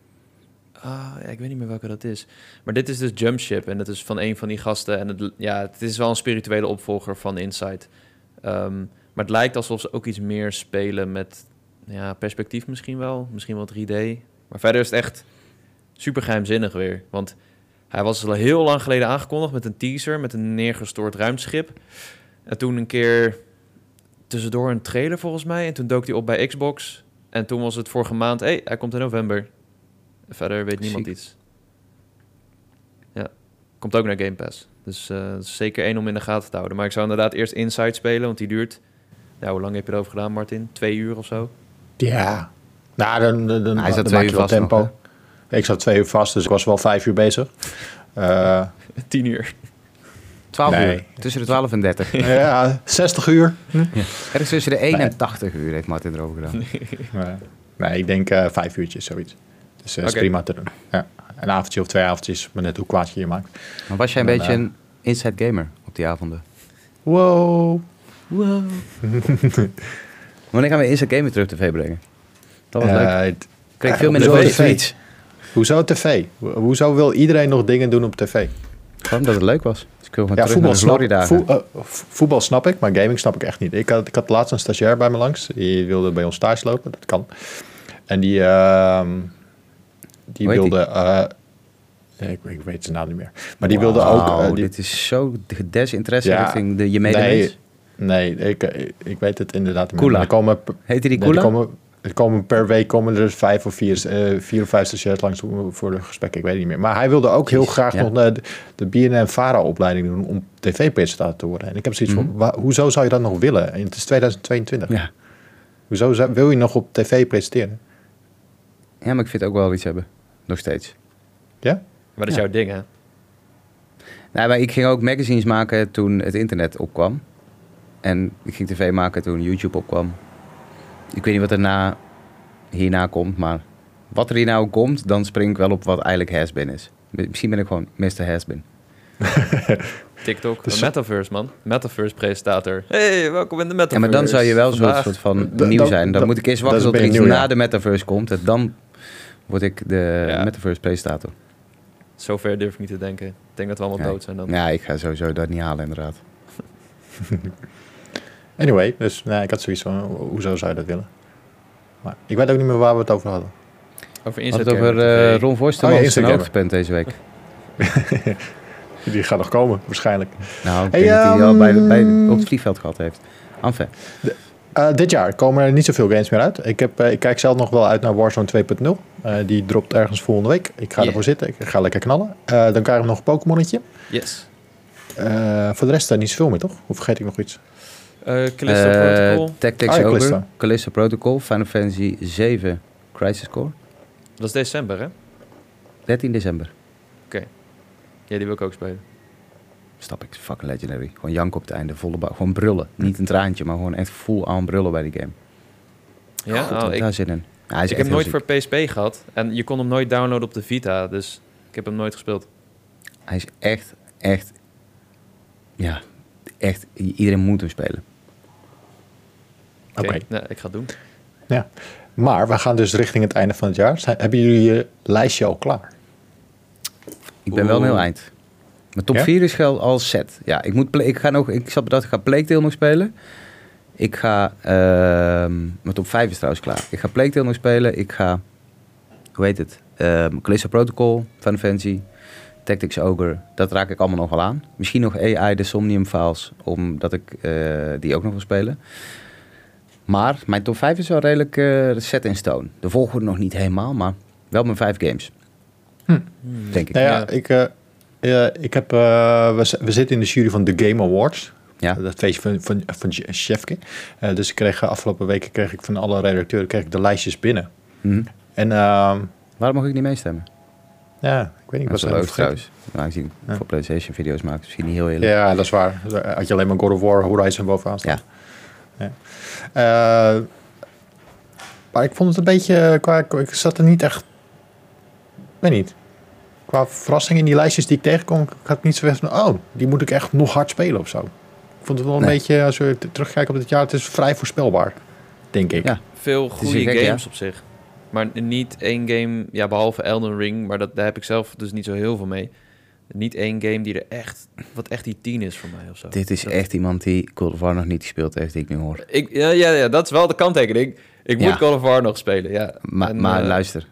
Ik weet niet meer welke dat is. Maar dit is dus Jumpship. En dat is van een van die gasten. En het is wel een spirituele opvolger van Inside. Maar het lijkt alsof ze ook iets meer spelen met perspectief misschien wel. Misschien wel 3D. Maar verder is het echt super geheimzinnig weer. Want hij was al heel lang geleden aangekondigd met een teaser. Met een neergestort ruimteschip. En toen een keer tussendoor een trailer volgens mij. En toen dook hij op bij Xbox. En toen was het vorige maand. Hij komt in november. Verder weet niemand iets. Ja, komt ook naar Game Pass. Dus dat is zeker één om in de gaten te houden. Maar ik zou inderdaad eerst Inside spelen, want die duurt... hoe lang heb je erover gedaan, Martin? 2 uur of zo? Ja. Nou, dan hij zat 2 uur vast tempo. Nog, ik zat 2 uur vast, dus ik was wel 5 uur bezig. 10 uur. 12 uur. Tussen de 12 en 30. Ja, 60 uur. Ja. Ergens tussen de 1 en 80 uur heeft Martin erover gedaan. Nee, ik denk 5 uurtjes, zoiets. Dus is prima te doen. Ja. Een avondje of 2 avondjes, maar net hoe kwaad je maakt. Maar was jij een beetje een inside gamer op die avonden? Wow. Wanneer gaan we inside gamer terug tv brengen? Dat was leuk. Kreeg veel minder over tweets. Hoezo tv? Hoezo wil iedereen nog dingen doen op tv? Gewoon omdat het leuk was. Dus ik wil gewoon terug naar de Florida. Voetbal snap ik, maar gaming snap ik echt niet. Ik had laatst een stagiair bij me langs. Die wilde bij ons stage lopen. Dat kan. En die wilde... ik weet zijn naam niet meer. Maar die wilde ook... dit is zo desinteresse richting je medemens. Nee, ik weet het inderdaad niet meer. Heet die Kula? Er komen per week er 4 of 5 stagiairs langs voor de gesprek. Ik weet het niet meer. Maar hij wilde ook heel graag nog de BNN-Vara-opleiding doen om tv-presentator te worden. En ik heb zoiets van, hoezo zou je dat nog willen? En het is 2022. Ja. Hoezo wil je nog op tv presenteren? Ja, maar ik vind het ook wel iets hebben. Nog steeds. Ja? Maar dat is jouw ding, hè? Nou, maar ik ging ook magazines maken toen het internet opkwam. En ik ging tv maken toen YouTube opkwam. Ik weet niet wat er hierna komt, maar wat er hierna ook komt, dan spring ik wel op wat eigenlijk has-been is. Misschien ben ik gewoon Mr. Has-been. TikTok, een metaverse, man. Metaverse-presentator. Hey, welkom in de metaverse. Ja, maar dan zou je wel zo'n soort van nieuw zijn. Dan moet ik eerst wachten tot er iets na de metaverse komt. En dan word ik de metaverse-presentator. Zover durf ik niet te denken. Ik denk dat we allemaal dood zijn dan. Ja, ik ga sowieso dat niet halen, inderdaad. Anyway, dus ik had zoiets van, hoezo zou je dat willen? Maar ik weet ook niet meer waar we het over hadden. Over Instagram. Over Ron Voisterman zijn hoogtepunt deze week. Die gaat nog komen, waarschijnlijk. Nou, ik denk dat hij al op het vliegveld gehad heeft. Enfin. Dit jaar komen er niet zoveel games meer uit. Ik kijk zelf nog wel uit naar Warzone 2.0. Die dropt ergens volgende week. Ik ga ervoor zitten. Ik ga lekker knallen. Dan krijgen we nog een Pokémonnetje. Yes. Voor de rest niet zoveel meer, toch? Of vergeet ik nog iets? Callisto Protocol. Tactics Ogre. Callisto Protocol. Final Fantasy 7 Crisis Core. Dat is december, hè? 13 december. Oké. Ja, die wil ik ook spelen. Stap ik. Fucking legendary. Gewoon janken op het einde. Volle bak. Gewoon brullen. Niet een traantje, maar gewoon echt full aan brullen bij die game. Ja? Daar zin in. Ja, ik heb nooit voor PSP gehad. En je kon hem nooit downloaden op de Vita. Dus ik heb hem nooit gespeeld. Hij is echt... Ja, echt. Iedereen moet hem spelen. Oké. Nou, ik ga het doen. Ja. Maar we gaan dus richting het einde van het jaar. Hebben jullie je lijstje al klaar? Ik ben wel een heel eind. Mijn top 4 is al set. Ja, ik zat bedacht, ik ga Plague Tale nog spelen. Ik ga... mijn top 5 is trouwens klaar. Ik ga Plague Tale nog spelen. Ik ga... Hoe heet het? Callisto Protocol, Final Fantasy, Tactics Ogre. Dat raak ik allemaal nog wel aan. Misschien nog AI, de Somnium Files, omdat ik die ook nog wil spelen. Maar mijn top 5 is wel redelijk set in stone. De volgorde nog niet helemaal, maar wel mijn 5 games. Denk ik. Nou ja, we zitten in de jury van de Game Awards. Ja. Dat feestje van Chefke. Dus ik kreeg afgelopen weken van alle redacteuren de lijstjes binnen. Mm-hmm. En waarom mag ik niet meestemmen? Ja, ik weet niet. Dat is leuk trouwens. Nou, ik zie voor PlayStation video's maken. Misschien niet heel eerlijk. Ja, dat is waar. Had je alleen maar God of War, Horizon bovenaan staan. Ja. Maar ik vond het een beetje... Ik zat er niet echt... Ik weet niet. Qua verrassing in die lijstjes die ik tegenkom... Ik had niet zo van... die moet ik echt nog hard spelen of zo. Ik vond het wel een beetje... Als we terugkijken op dit jaar... Het is vrij voorspelbaar. Denk ik. Ja, veel goede games op zich. Maar niet één game... Ja, behalve Elden Ring. Maar daar heb ik zelf dus niet zo heel veel mee. Niet één game die er echt... Wat echt die 10 is voor mij of zo. Dit is echt iemand die God of War nog niet gespeeld heeft... die ik nu hoor. Ja, dat is wel de kanttekening. Ik moet God of War nog spelen, ja. Maar luister.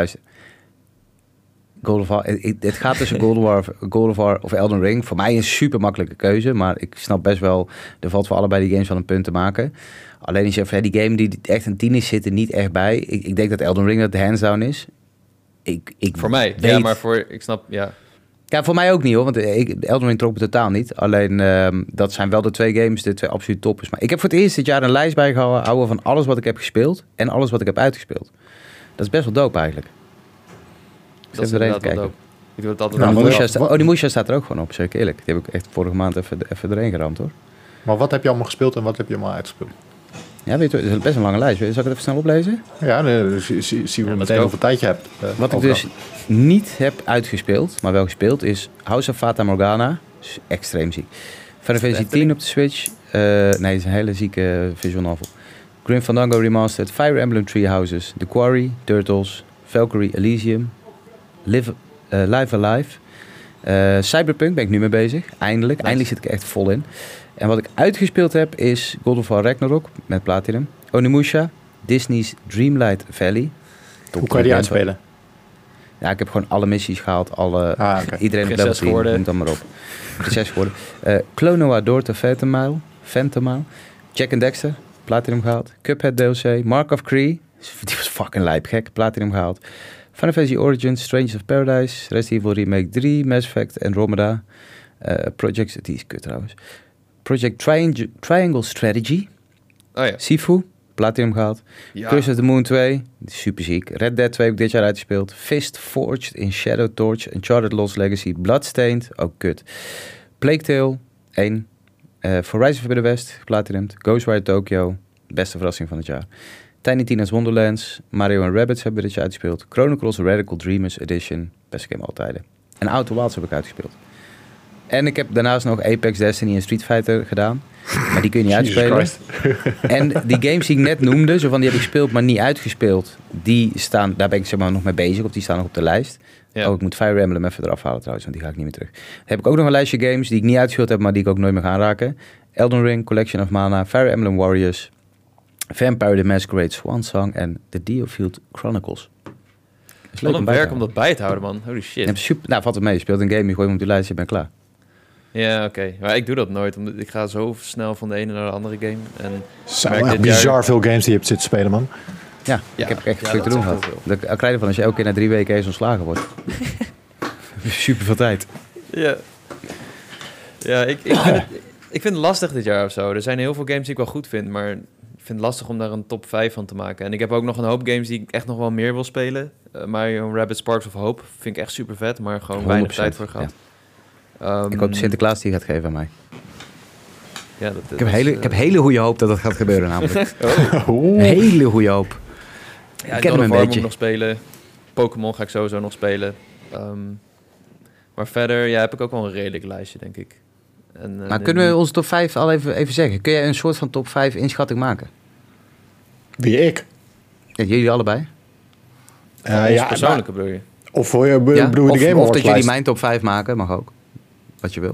God of War... Het gaat tussen God of War of Elden Ring. Voor mij een super makkelijke keuze. Maar ik snap best wel... Er valt voor allebei die games wel een punt te maken. Alleen als je even die game die echt een 10 is... zit er niet echt bij. Ik denk dat Elden Ring dat de hands down is. Voor mij, ja, maar ik snap, ja... Ja, voor mij ook niet hoor, want Elden Ring trok me totaal niet. Alleen dat zijn wel de 2 games, de 2 absoluut toppers. Maar ik heb voor het eerst dit jaar een lijst bijgehouden van alles wat ik heb gespeeld en alles wat ik heb uitgespeeld. Dat is best wel dope eigenlijk. Dat is inderdaad wel dope. Ik doe het altijd die Musha staat er ook gewoon op, zeg ik eerlijk. Die heb ik echt vorige maand even erin geramd hoor. Maar wat heb je allemaal gespeeld en wat heb je allemaal uitgespeeld? Ja, weet je, het is best een lange lijst. Zal ik het even snel oplezen? Ja, dus zien we meteen hoeveel tijd je hebt. Wat ik dus niet heb uitgespeeld, maar wel gespeeld, is House of Fata Morgana. Dus extreem ziek. Final Fantasy 10 op de Switch. Nee, het is een hele zieke visual novel. Grim Fandango Remastered, Fire Emblem Three Houses, The Quarry, Turtles, Valkyrie Elysium, Live Alive. Cyberpunk ben ik nu mee bezig. Eindelijk. Eindelijk zit ik er echt vol in. En wat ik uitgespeeld heb is God of War Ragnarok met Platinum. Onimusha. Disney's Dreamlight Valley. Hoe kan je die uitspelen? Ja, ik heb gewoon alle missies gehaald. Iedereen op level 10, noem dan maar op. Prinses geworden. Klonoa Door to Phantomile. Jack and Dexter. Platinum gehaald. Cuphead DLC. Mark of Cree. Die was fucking lijp gek. Platinum gehaald. Final Fantasy Origins. Strangers of Paradise. Resident Evil Remake 3. Mass Effect. Andromeda. Project... Die is kut trouwens. Project Triangle Strategy. Oh ja. Sifu. Platinum gehaald. Ja. Curse of the Moon 2. Super ziek. Red Dead 2 heb ik dit jaar uitgespeeld. Fist Forged in Shadow Torch. Uncharted Lost Legacy. Bloodstained. Ook kut. Plague Tale 1. Horizon Forbidden West. Platinum. Ghostwire Tokyo. Beste verrassing van het jaar. Tiny Tina's Wonderlands. Mario & Rabbids hebben we dit jaar uitgespeeld. Chrono Cross Radical Dreamers Edition. Beste game altijd. En Outer Wilds heb ik uitgespeeld. En ik heb daarnaast nog Apex, Destiny en Street Fighter gedaan. Maar die kun je niet uitspelen. En die games die ik net noemde, zo van die heb ik gespeeld, maar niet uitgespeeld. Die staan, daar ben ik zeg maar nog mee bezig, of die staan nog op de lijst. Ja. Oh, ik moet Fire Emblem even eraf halen trouwens, want die ga ik niet meer terug. Dan heb ik ook nog een lijstje games die ik niet uitgespeeld heb, maar die ik ook nooit meer ga aanraken. Elden Ring, Collection of Mana, Fire Emblem Warriors, Vampire the Masquerade, Swan Song en The Diofield Chronicles. Is leuk om werk om dat bij te houden, man. Holy shit. Super, nou, valt het mee. Je speelt een game, je gooit hem op die lijst, je bent klaar. Ja, oké. Maar ik doe dat nooit, omdat ik ga zo snel van de ene naar de andere game. En echt bizar veel games die je hebt zitten spelen, man. Ja, ik heb echt veel te doen gehad. Dan krijg je ervan als je elke keer na 3 weken eens ontslagen wordt. Super veel tijd. Ja, ik vind het lastig dit jaar of zo. Er zijn heel veel games die ik wel goed vind, maar ik vind het lastig om daar een top 5 van te maken. En ik heb ook nog een hoop games die ik echt nog wel meer wil spelen. Mario Rabbids Sparks of Hope vind ik echt super vet, maar gewoon weinig tijd voor gehad. Ja. Ik hoop Sinterklaas die gaat geven aan mij. Ja, ik heb hele goede hoop dat dat gaat gebeuren namelijk. Hele goede hoop. Ja, ik ken hem een beetje. Moet ik nog spelen. Pokémon ga ik sowieso nog spelen. Maar verder heb ik ook wel een redelijk lijstje, denk ik. Maar kunnen we onze top 5 al even zeggen? Kun jij een soort van top 5 inschatting maken? Wie, ik? Ja, jullie allebei? Persoonlijke bedoel je? Of voor je bedoel je de Game Awards Of dat jullie mijn top 5 maken, mag ook. Wat je wil.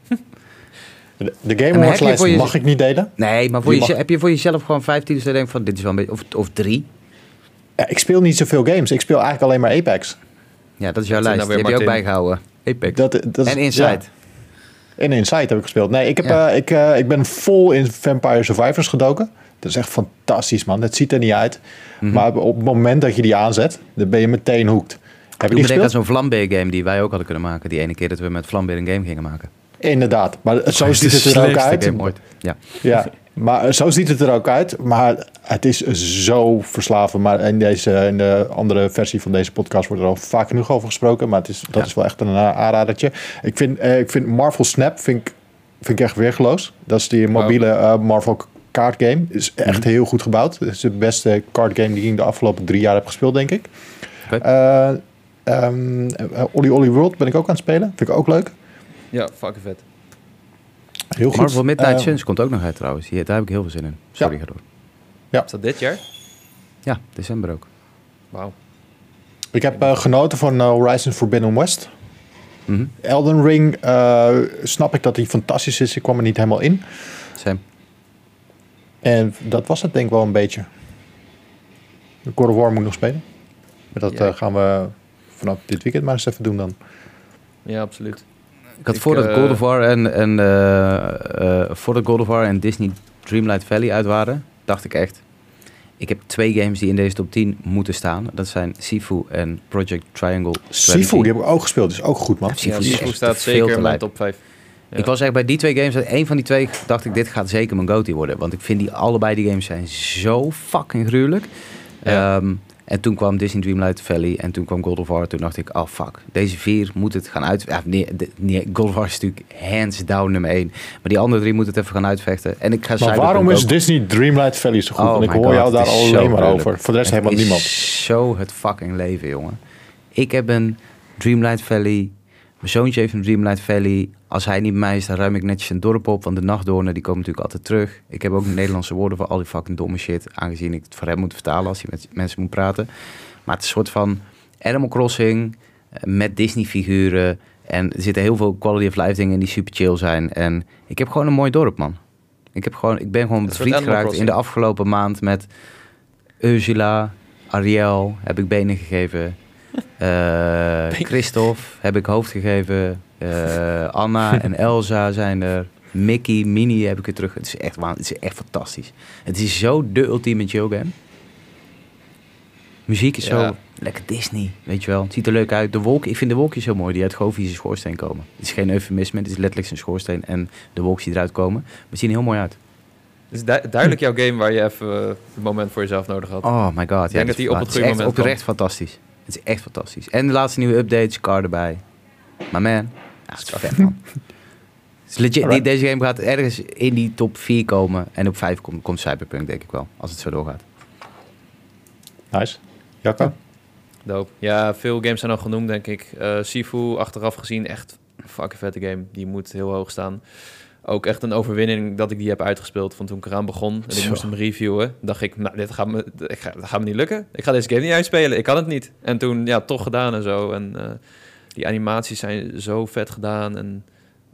De Game Awards lijst mag ik niet delen. Nee, maar heb je voor jezelf gewoon 5 titels dat je denkt van dit is wel een beetje... Of 3? Ja, ik speel niet zoveel games. Ik speel eigenlijk alleen maar Apex. Ja, dat is jouw lijst. Die heb je ook bijgehouden. Apex. En Inside. Ja. En Inside heb ik gespeeld. Nee, ik ben vol in Vampire Survivors gedoken. Dat is echt fantastisch, man. Het ziet er niet uit. Mm-hmm. Maar op het moment dat je die aanzet, dan ben je meteen hooked. Heb je die gespeeld? Dat zo'n Vlambeer game die wij ook hadden kunnen maken. Die ene keer dat we met Vlambeer een game gingen maken. Inderdaad. Maar zo ziet het er ook uit. Game ooit. Ja, maar zo ziet het er ook uit. Maar het is zo verslavend. Maar in de andere versie van deze podcast wordt er al vaak genoeg over gesproken. Maar dat is wel echt een aanradertje. Ik vind Marvel Snap vind ik echt weergeloos. Dat is die mobiele Marvel card game. Is echt heel goed gebouwd. Het is de beste card game die ik de afgelopen 3 jaar heb gespeeld, denk ik. Okay. Olly World ben ik ook aan het spelen. Vind ik ook leuk. Ja, fucking vet. Heel goed. Marvel Midnight Suns komt ook nog uit trouwens. Daar heb ik heel veel zin in. Sorry, ga door. Ja. Is dat dit jaar? Ja, december ook. Wauw. Ik heb genoten van Horizon Forbidden West. Mm-hmm. Elden Ring snap ik dat die fantastisch is. Ik kwam er niet helemaal in. Same. En dat was het denk ik wel een beetje. De God of War moet ik nog spelen. Maar dat gaan we vanaf dit weekend maar eens even doen dan. Ja, absoluut. Ik had voordat God of War en Disney Dreamlight Valley uit waren, dacht ik echt, ik heb 2 games die in deze top 10 moeten staan. Dat zijn Sifu en Project Triangle Strategy. Sifu, die heb ik ook gespeeld. Dat is ook goed, man. Ja, Sifu staat zeker in mijn top 5. Ja. Ik was echt bij die 2 games, één van die 2 dacht ik, dit gaat zeker mijn GOTY worden. Want ik vind allebei die games zijn zo fucking gruwelijk. Ja. En toen kwam Disney Dreamlight Valley en toen kwam God of War. Toen dacht ik, oh fuck, deze 4 moet het gaan uit... God of War is natuurlijk hands down nummer 1. Maar die andere 3 moeten het even gaan uitvechten. En ik ga maar waarom is Disney Dreamlight Valley zo goed? Want ik hoor jou daar alleen maar over. Voor de rest helemaal niemand. Het is zo het fucking leven, jongen. Ik heb een Dreamlight Valley... Mijn zoontje heeft een Dreamlight Valley. Als hij niet bij mij is, dan ruim ik netjes een dorp op. Want de nachtdoornen, die komen natuurlijk altijd terug. Ik heb ook Nederlandse woorden voor al die fucking domme shit. Aangezien ik het voor hem moet vertalen als hij met mensen moet praten. Maar het is een soort van Animal Crossing. met Disney-figuren. En er zitten heel veel quality of life dingen in die super chill zijn. En ik heb gewoon een mooi dorp, man. Ik ben gewoon bevriend geraakt in de afgelopen maand met Ursula, Ariel heb ik benen gegeven. Christophe heb ik hoofd gegeven. Anna en Elsa zijn er. Mickey, Minnie heb ik weer terug. Het is echt fantastisch. Het is zo de ultieme chill game. Muziek is zo lekker Disney, weet je wel. Het ziet er leuk uit. De wolken, ik vind de wolkjes heel mooi die uit Govi's schoorsteen komen. Het is geen eufemisme, het is letterlijk zijn schoorsteen en de wolkjes die eruit komen. Maar het zien er heel mooi uit. Het is duidelijk jouw game waar je even een moment voor jezelf nodig had. Oh my god. Ik denk dat die op het goede moment komt. Het is echt fantastisch. Het is echt fantastisch. En de laatste nieuwe updates, car erbij. Maar man, het is vet, man. Het is legit, deze game gaat ergens in die top 4 komen. En op 5 komt Cyberpunk, denk ik wel. Als het zo doorgaat. Nice. Jacco? Dope. Ja, veel games zijn al genoemd, denk ik. Sifu, achteraf gezien, echt een fucking vette game. Die moet heel hoog staan. Ook echt een overwinning dat ik die heb uitgespeeld van toen ik eraan begon. En ik moest hem reviewen. Dacht ik, nou, dat gaat me niet lukken. Ik ga deze game niet uitspelen. Ik kan het niet. En toen, ja, toch gedaan en zo. En die animaties zijn zo vet gedaan. En,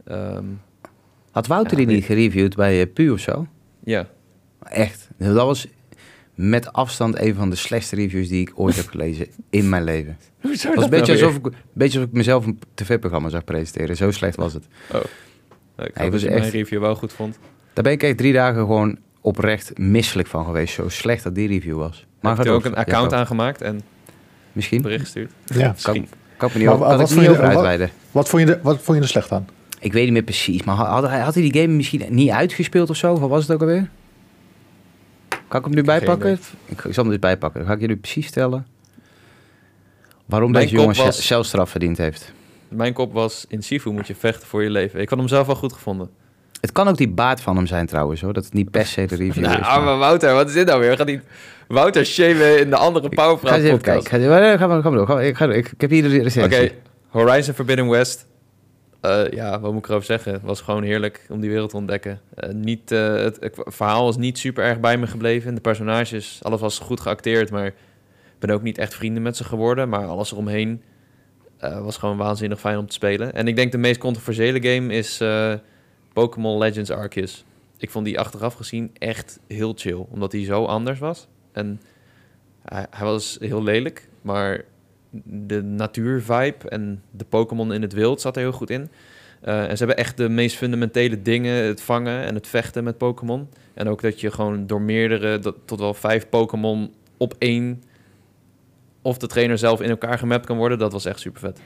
had Wouter die niet gereviewd bij Pu of zo? Ja. Echt. Dat was met afstand een van de slechtste reviews die ik ooit heb gelezen in mijn leven. Het was een beetje alsof ik mezelf een tv-programma zag presenteren. Zo slecht was het. Oh. Ik hoop dat je mijn review wel goed vond. Daar ben ik echt 3 dagen gewoon oprecht misselijk van geweest. Zo slecht dat die review was. Maar heb je ook een account aangemaakt en misschien bericht gestuurd? Ja, misschien. Kan ik me niet over uitweiden. Wat vond je er slecht aan? Ik weet niet meer precies. Maar had hij die game misschien niet uitgespeeld of zo? Wat was het ook alweer? Kan ik hem nu bijpakken? Ik zal hem dus bijpakken. Dan ga ik jullie precies vertellen waarom deze jongen celstraf verdiend heeft. Mijn kop was, in Sifu moet je vechten voor je leven. Ik had hem zelf wel goed gevonden. Het kan ook die baard van hem zijn trouwens, hoor. Dat het niet per se de review is. Maar Wouter, wat is dit nou weer? Gaat die Wouter shamen in de andere Powerpraat podcast? Ga maar door. Ik heb hier de recensie. Oké, Horizon Forbidden West. Wat moet ik erover zeggen? Het was gewoon heerlijk om die wereld te ontdekken. Het verhaal is niet super erg bij me gebleven. De personages, alles was goed geacteerd, maar ik ben ook niet echt vrienden met ze geworden. Maar alles eromheen was gewoon waanzinnig fijn om te spelen. En ik denk de meest controversiële game is Pokémon Legends Arceus. Ik vond die achteraf gezien echt heel chill, omdat hij zo anders was. En hij was heel lelijk, maar de natuurvibe en de Pokémon in het wild zat er heel goed in. En ze hebben echt de meest fundamentele dingen, het vangen en het vechten met Pokémon. En ook dat je gewoon door meerdere, tot wel 5 Pokémon op 1... of de trainer zelf in elkaar gemapt kan worden, dat was echt super vet.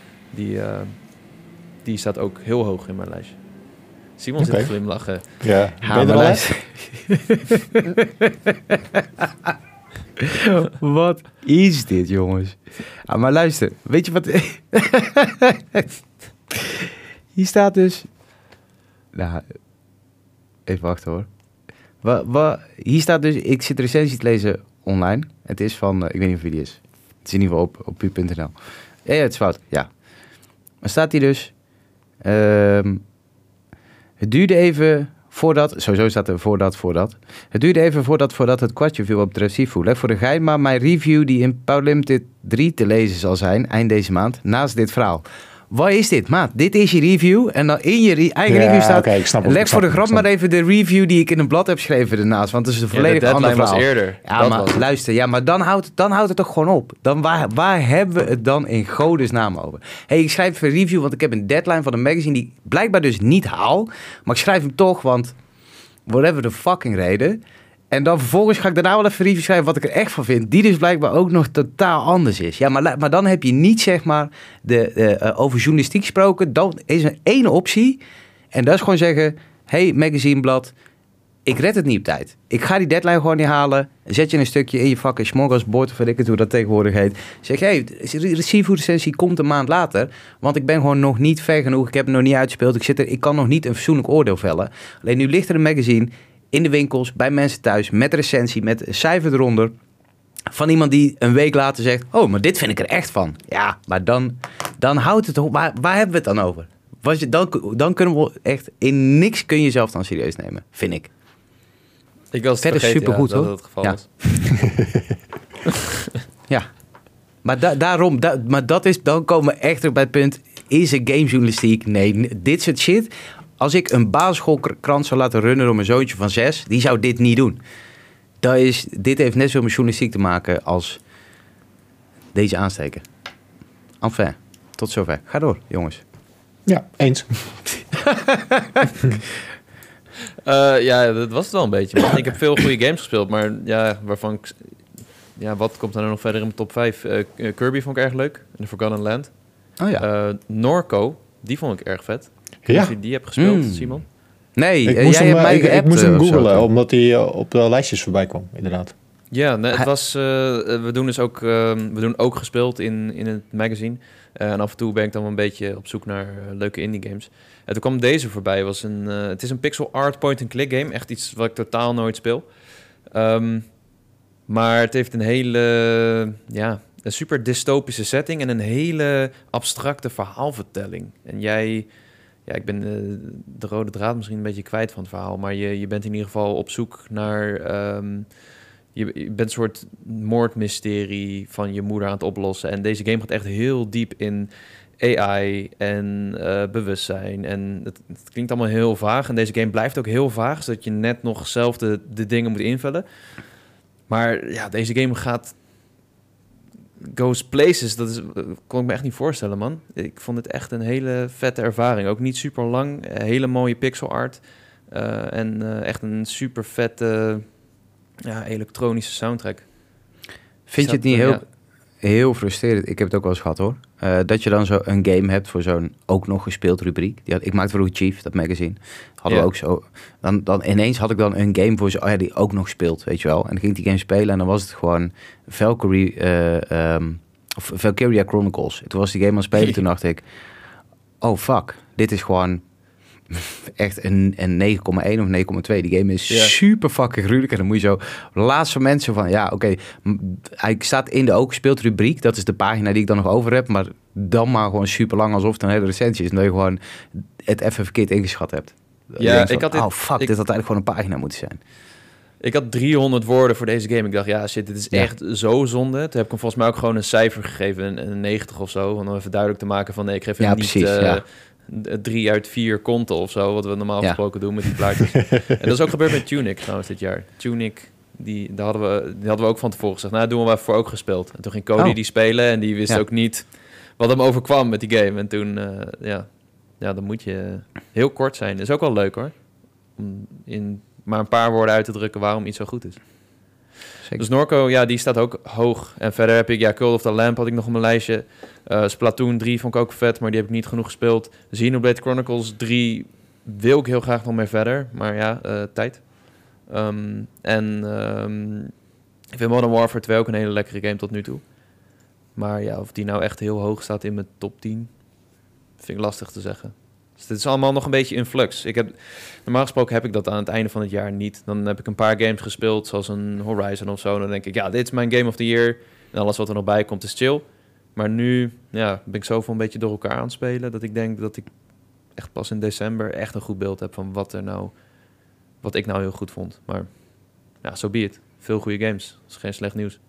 Die staat ook heel hoog in mijn lijstje. Simon zit te glimlachen. Ja, ben je lijst? Wat is dit, jongens? Maar luister, weet je wat... Hier staat dus... Nou, even wachten hoor. Hier staat dus... Ik zit de recensie te lezen online. Het is van... ik weet niet of wie die is. Het is in ieder geval op pu.nl. Ja, het is fout. Ja. Maar staat hier dus... het duurde even... Voordat, sowieso staat er voordat. Het duurde even voordat het kwartje viel op betreft Sifu. Let voor de gein, maar mijn review die in Power Limited 3 te lezen zal zijn, eind deze maand, naast dit verhaal. Wat is dit, maat? Dit is je review. En dan in je eigen review staat... leg voor de grap maar even de review die ik in een blad heb geschreven ernaast. Want het is een volledig ander verhaal. Was eerder. Ja, dat maar was luister. Ja, maar dan houdt het toch gewoon op. Dan, waar hebben we het dan in godesnaam over? Ik schrijf een review, want ik heb een deadline van een magazine die ik blijkbaar dus niet haal. Maar ik schrijf hem toch, want... whatever de fucking reden. En dan vervolgens ga ik daarna wel even een review schrijven wat ik er echt van vind. Die dus blijkbaar ook nog totaal anders is. Ja, maar dan heb je niet, zeg maar, over journalistiek gesproken. Dan is er één optie. En dat is gewoon zeggen, hey, magazineblad, ik red het niet op tijd. Ik ga die deadline gewoon niet halen. Zet je een stukje in je fucking smorgasbord, of weet ik het hoe dat tegenwoordig heet. Zeg, hey, de Seafood-recensie komt een maand later. Want ik ben gewoon nog niet ver genoeg. Ik heb het nog niet uitgespeeld. Ik kan nog niet een fatsoenlijk oordeel vellen. Alleen nu ligt er een magazine in de winkels, bij mensen thuis, met recensie, met een cijfer eronder. Van iemand die een week later zegt, oh, maar dit vind ik er echt van. Ja, maar dan houdt het op. Waar hebben we het dan over? Dan kunnen we echt in niks kun je jezelf dan serieus nemen, vind ik. Ik was verder supergoed, hoor. Dat het geval was. Ja. Maar dan komen we echt bij het punt, is er gamejournalistiek? Nee, dit soort shit. Als ik een basisschoolkrant zou laten runnen door mijn zoontje van 6, die zou dit niet doen. Dit heeft net zo met journalistiek te maken als deze aansteken. Enfin, tot zover. Ga door, jongens. Ja, eens. Ja, dat was het wel een beetje. Man. Ik heb veel goede games gespeeld, maar ja, waarvan ik... Ja, wat komt er nou nog verder in mijn top 5? Kirby vond ik erg leuk. In The Forgotten Land. Oh ja. Norco, die vond ik erg vet. Ja. Als je die hebt gespeeld, Simon? Nee, ik moest hem googlen, omdat hij op de lijstjes voorbij kwam, inderdaad. Ja, het was... we doen dus ook... we doen ook gespeeld in het magazine. En af en toe ben ik dan wel een beetje op zoek naar leuke indie games. En toen kwam deze voorbij. Het is een pixel art point-and-click game. Echt iets wat ik totaal nooit speel. Maar het heeft een hele... een super dystopische setting en een hele abstracte verhaalvertelling. En jij... Ja, ik ben de rode draad misschien een beetje kwijt van het verhaal. Maar je bent in ieder geval op zoek naar... je bent een soort moordmysterie van je moeder aan het oplossen. En deze game gaat echt heel diep in AI en bewustzijn. En het klinkt allemaal heel vaag. En deze game blijft ook heel vaag, zodat je net nog zelf de dingen moet invullen. Maar ja, deze game goes places. Kon ik me echt niet voorstellen, man. Ik vond het echt een hele vette ervaring. Ook niet super lang. Hele mooie pixel art. En echt een super vette... elektronische soundtrack. Vind je het niet heel frustrerend? Ik heb het ook wel eens gehad, hoor. Dat je dan zo een game hebt voor zo'n ook nog gespeeld rubriek. Ik maakte vroeger Chief, dat magazine. Hadden we ook zo. Dan ineens had ik dan een game voor zo, die ook nog speelt, weet je wel. En dan ging ik die game spelen en dan was het gewoon Valkyria Chronicles. Toen was die game aan het spelen, toen dacht ik... Oh, fuck. Dit is gewoon... echt een 9,1 of 9,2. Die game is super fucking gruwelijk. En dan moet je zo laatste mensen van... Ja, oké. Hij staat in de ook gespeeld rubriek. Dat is de pagina die ik dan nog over heb. Maar dan maar gewoon super lang alsof het een hele recensie is. En dat je gewoon het even verkeerd ingeschat hebt. Ja, dit had eigenlijk gewoon een pagina moeten zijn. Ik had 300 woorden voor deze game. Ik dacht, ja, shit, dit is echt zo zonde. Toen heb ik hem volgens mij ook gewoon een cijfer gegeven. Een 90 of zo. Om even duidelijk te maken van... Nee, ik geef hem niet... 3 uit 4 konten of zo, wat we normaal gesproken doen met die plaatjes. En dat is ook gebeurd met Tunic trouwens dit jaar. Tunic, die hadden we ook van tevoren gezegd. Nou, doen we maar voor ook gespeeld. En toen ging Cody die spelen en die wist ook niet wat hem overkwam met die game. En toen, dan moet je heel kort zijn. Dat is ook wel leuk, hoor. Om in maar een paar woorden uit te drukken waarom iets zo goed is. Zeker. Dus Norco, die staat ook hoog. En verder heb ik, Cult of the Lamp had ik nog op mijn lijstje. Splatoon 3 vond ik ook vet, maar die heb ik niet genoeg gespeeld. Xenoblade Chronicles 3 wil ik heel graag nog mee verder. Maar tijd. Ik vind Modern Warfare 2 ook een hele lekkere game tot nu toe. Maar of die nou echt heel hoog staat in mijn top 10, vind ik lastig te zeggen. Dus dit is allemaal nog een beetje in flux. Normaal gesproken heb ik dat aan het einde van het jaar niet. Dan heb ik een paar games gespeeld, zoals een Horizon of zo. Dan denk ik, dit is mijn Game of the Year. En alles wat er nog bij komt is chill. Maar nu ben ik zoveel een beetje door elkaar aan het spelen... dat ik denk dat ik echt pas in december echt een goed beeld heb... van wat ik nou heel goed vond. Maar so be it. Veel goede games. Dat is geen slecht nieuws.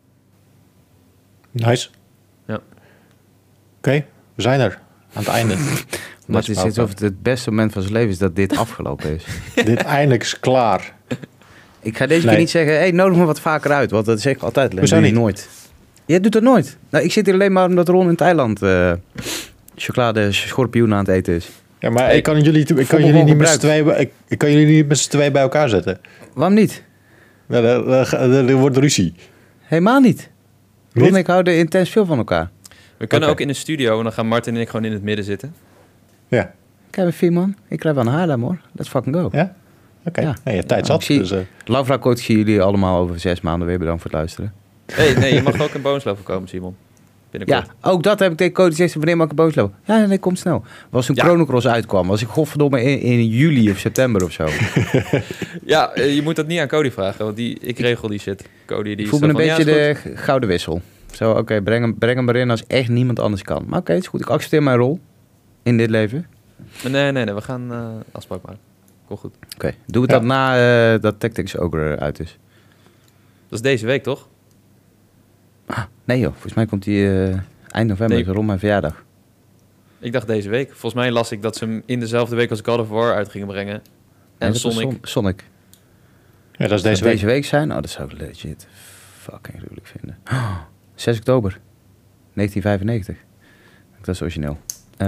Nice. Ja. Oké, we zijn er. Aan het einde. Maar het is alsof het beste moment van zijn leven is dat dit afgelopen is. Dit eindelijk is klaar. Ik ga deze keer niet zeggen, nodig me wat vaker uit. Want dat zeg ik altijd. We zijn niet. Nooit. Jij doet dat nooit. Nou, ik zit hier alleen maar omdat Ron in Thailand chocolade schorpioen aan het eten is. Ja, maar ik kan jullie niet met z'n twee bij elkaar zetten. Waarom niet? Ja, er wordt ruzie. Helemaal niet. Ron en ik houden intens veel van elkaar. We kunnen ook in de studio en dan gaan Martin en ik gewoon in het midden zitten. Ja. Kijk, 4 man. Ik krijg wel een Haarlem, hoor. Let's fucking go. Ja? Oké. Ja. Nee, tijd zat. Laura Coach zie jullie allemaal over 6 maanden weer. Bedankt voor het luisteren. Nee, je mag ook een bonusloper komen, Simon. Ja, ook dat heb ik tegen Cody gezegd. Wanneer mag ik een bonusloper? Ja, nee, komt snel. Was toen Chronocross uitkwam. Was ik godverdomme in juli of september of zo. Je moet dat niet aan Cody vragen. Want ik regel die shit. Cody, die voel me een beetje de gouden wissel. Zo, oké, breng hem maar in als echt niemand anders kan. Maar oké, het is goed. Ik accepteer mijn rol in dit leven. Nee. We gaan afspraak maken. Kom goed. Oké, doen we dat na dat Tactics Ogre uit is. Dat is deze week, toch? Nee joh, volgens mij komt die eind november, rond mijn verjaardag. Ik dacht deze week. Volgens mij las ik dat ze hem in dezelfde week als God of War uit gingen brengen. En Sonic. Ja, dat is deze week. Deze week zijn? Oh, dat zou ik legit fucking gruwelijk vinden. 6 oktober 1995. Dat is origineel.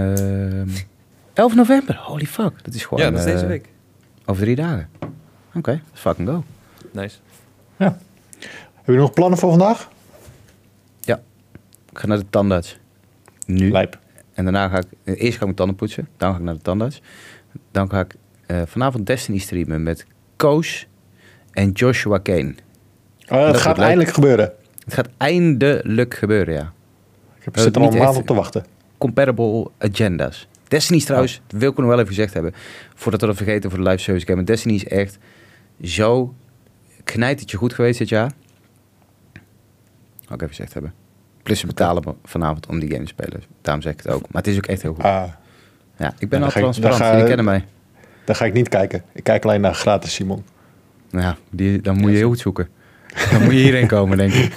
11 november. Holy fuck. Dat is gewoon... Ja, dat is deze week. Over 3 dagen. Oké, let's fucking go. Nice. Ja. Heb je nog plannen voor vandaag? Ja. Ik ga naar de tandarts. Nu. Lijp. En daarna ga ik... Eerst ga ik mijn tanden poetsen. Dan ga ik naar de tandarts. Dan ga ik vanavond Destiny streamen met Koos en Joshua Kane. Oh, dat gaat eindelijk gebeuren. Het gaat eindelijk gebeuren, ja. Ik zit er al een maand op te wachten. Comparable agendas. Destiny is trouwens, dat wil ik nog wel even gezegd hebben, voordat we dat vergeten voor de live service game. Destiny is echt zo knijtertje goed geweest dit jaar. Had ik even gezegd hebben. Plus ze betalen vanavond om die game te spelen. Daarom zeg ik het ook. Maar het is ook echt heel goed. Ja, ik ben al transparant. Jullie kennen mij. Dan ga ik niet kijken. Ik kijk alleen naar gratis Simon. Nou, dan moet je heel goed zoeken. Dan moet je hierheen komen, denk ik.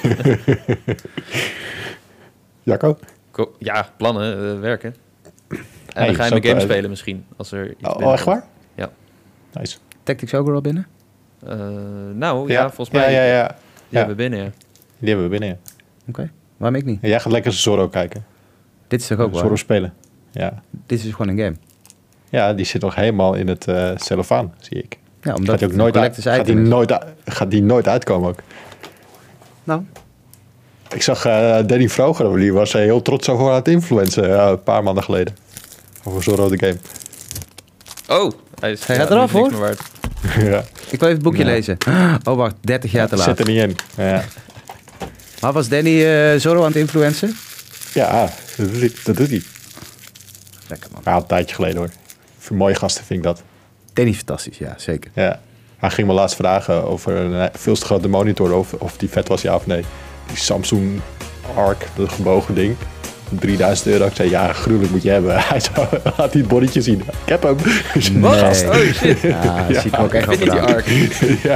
Jacco? Ja, plannen, werken. En dan ga je mijn game spelen misschien. Als er iets echt waar? Ja. Nice. Tactics ook er al binnen? Volgens mij. Ja. Die hebben we binnen, ja. Die hebben we binnen, ja. Oké. Waarom ik niet? En jij gaat lekker Zorro kijken. Dit is toch ook wel? Zorro spelen, ja. Dit is gewoon een game. Ja, die zit nog helemaal in het cellofaan, zie ik. Ja, omdat gaat die nooit uitkomen ook. Nou. Ik zag Danny Vroger, die was heel trots over aan het influencen een paar maanden geleden. Over Zorro de game. Oh, hij gaat eraf, hoor. Ja. Ik wil even het boekje lezen. Oh, wacht, 30 jaar te laat. Zit er niet in. Ja. Maar was Danny Zorro aan het influencen? Ja, dat doet hij. Lekker, man. Ja, een tijdje geleden, hoor. Voor mooie gasten vind ik dat. Danny is fantastisch, ja, zeker. Ja. Hij ging me laatst vragen over een veel te grote monitor, of die vet was, ja of nee. Die Samsung Arc, dat gebogen ding. €3000. Ik zei, ja, gruwelijk moet je hebben. Hij zou, laat het bonnetje zien. Ik heb hem. Nee. Oh shit. Ja, dat zie ik ook echt op die Arc. Ja.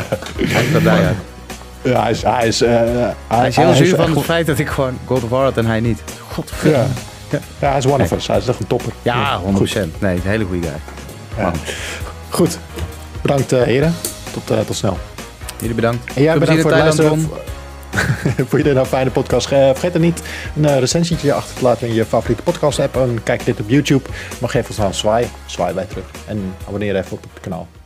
Hij is heel zuur van het feit dat ik gewoon God of War had en hij niet. Godverdomme. Ja, hij is one of us. Hij is echt een topper. Ja, 100%. Nee, een hele goede guy. Ja. Goed. Bedankt, heren. Tot snel. Jullie bedankt. En jij bedankt voor het luisteren. Vond je dit nou een fijne podcast? Vergeet er niet een recensietje achter te laten in je favoriete podcast app. En kijk dit op YouTube. Maar geef ons dan een zwaai bij terug. En abonneer even op het kanaal.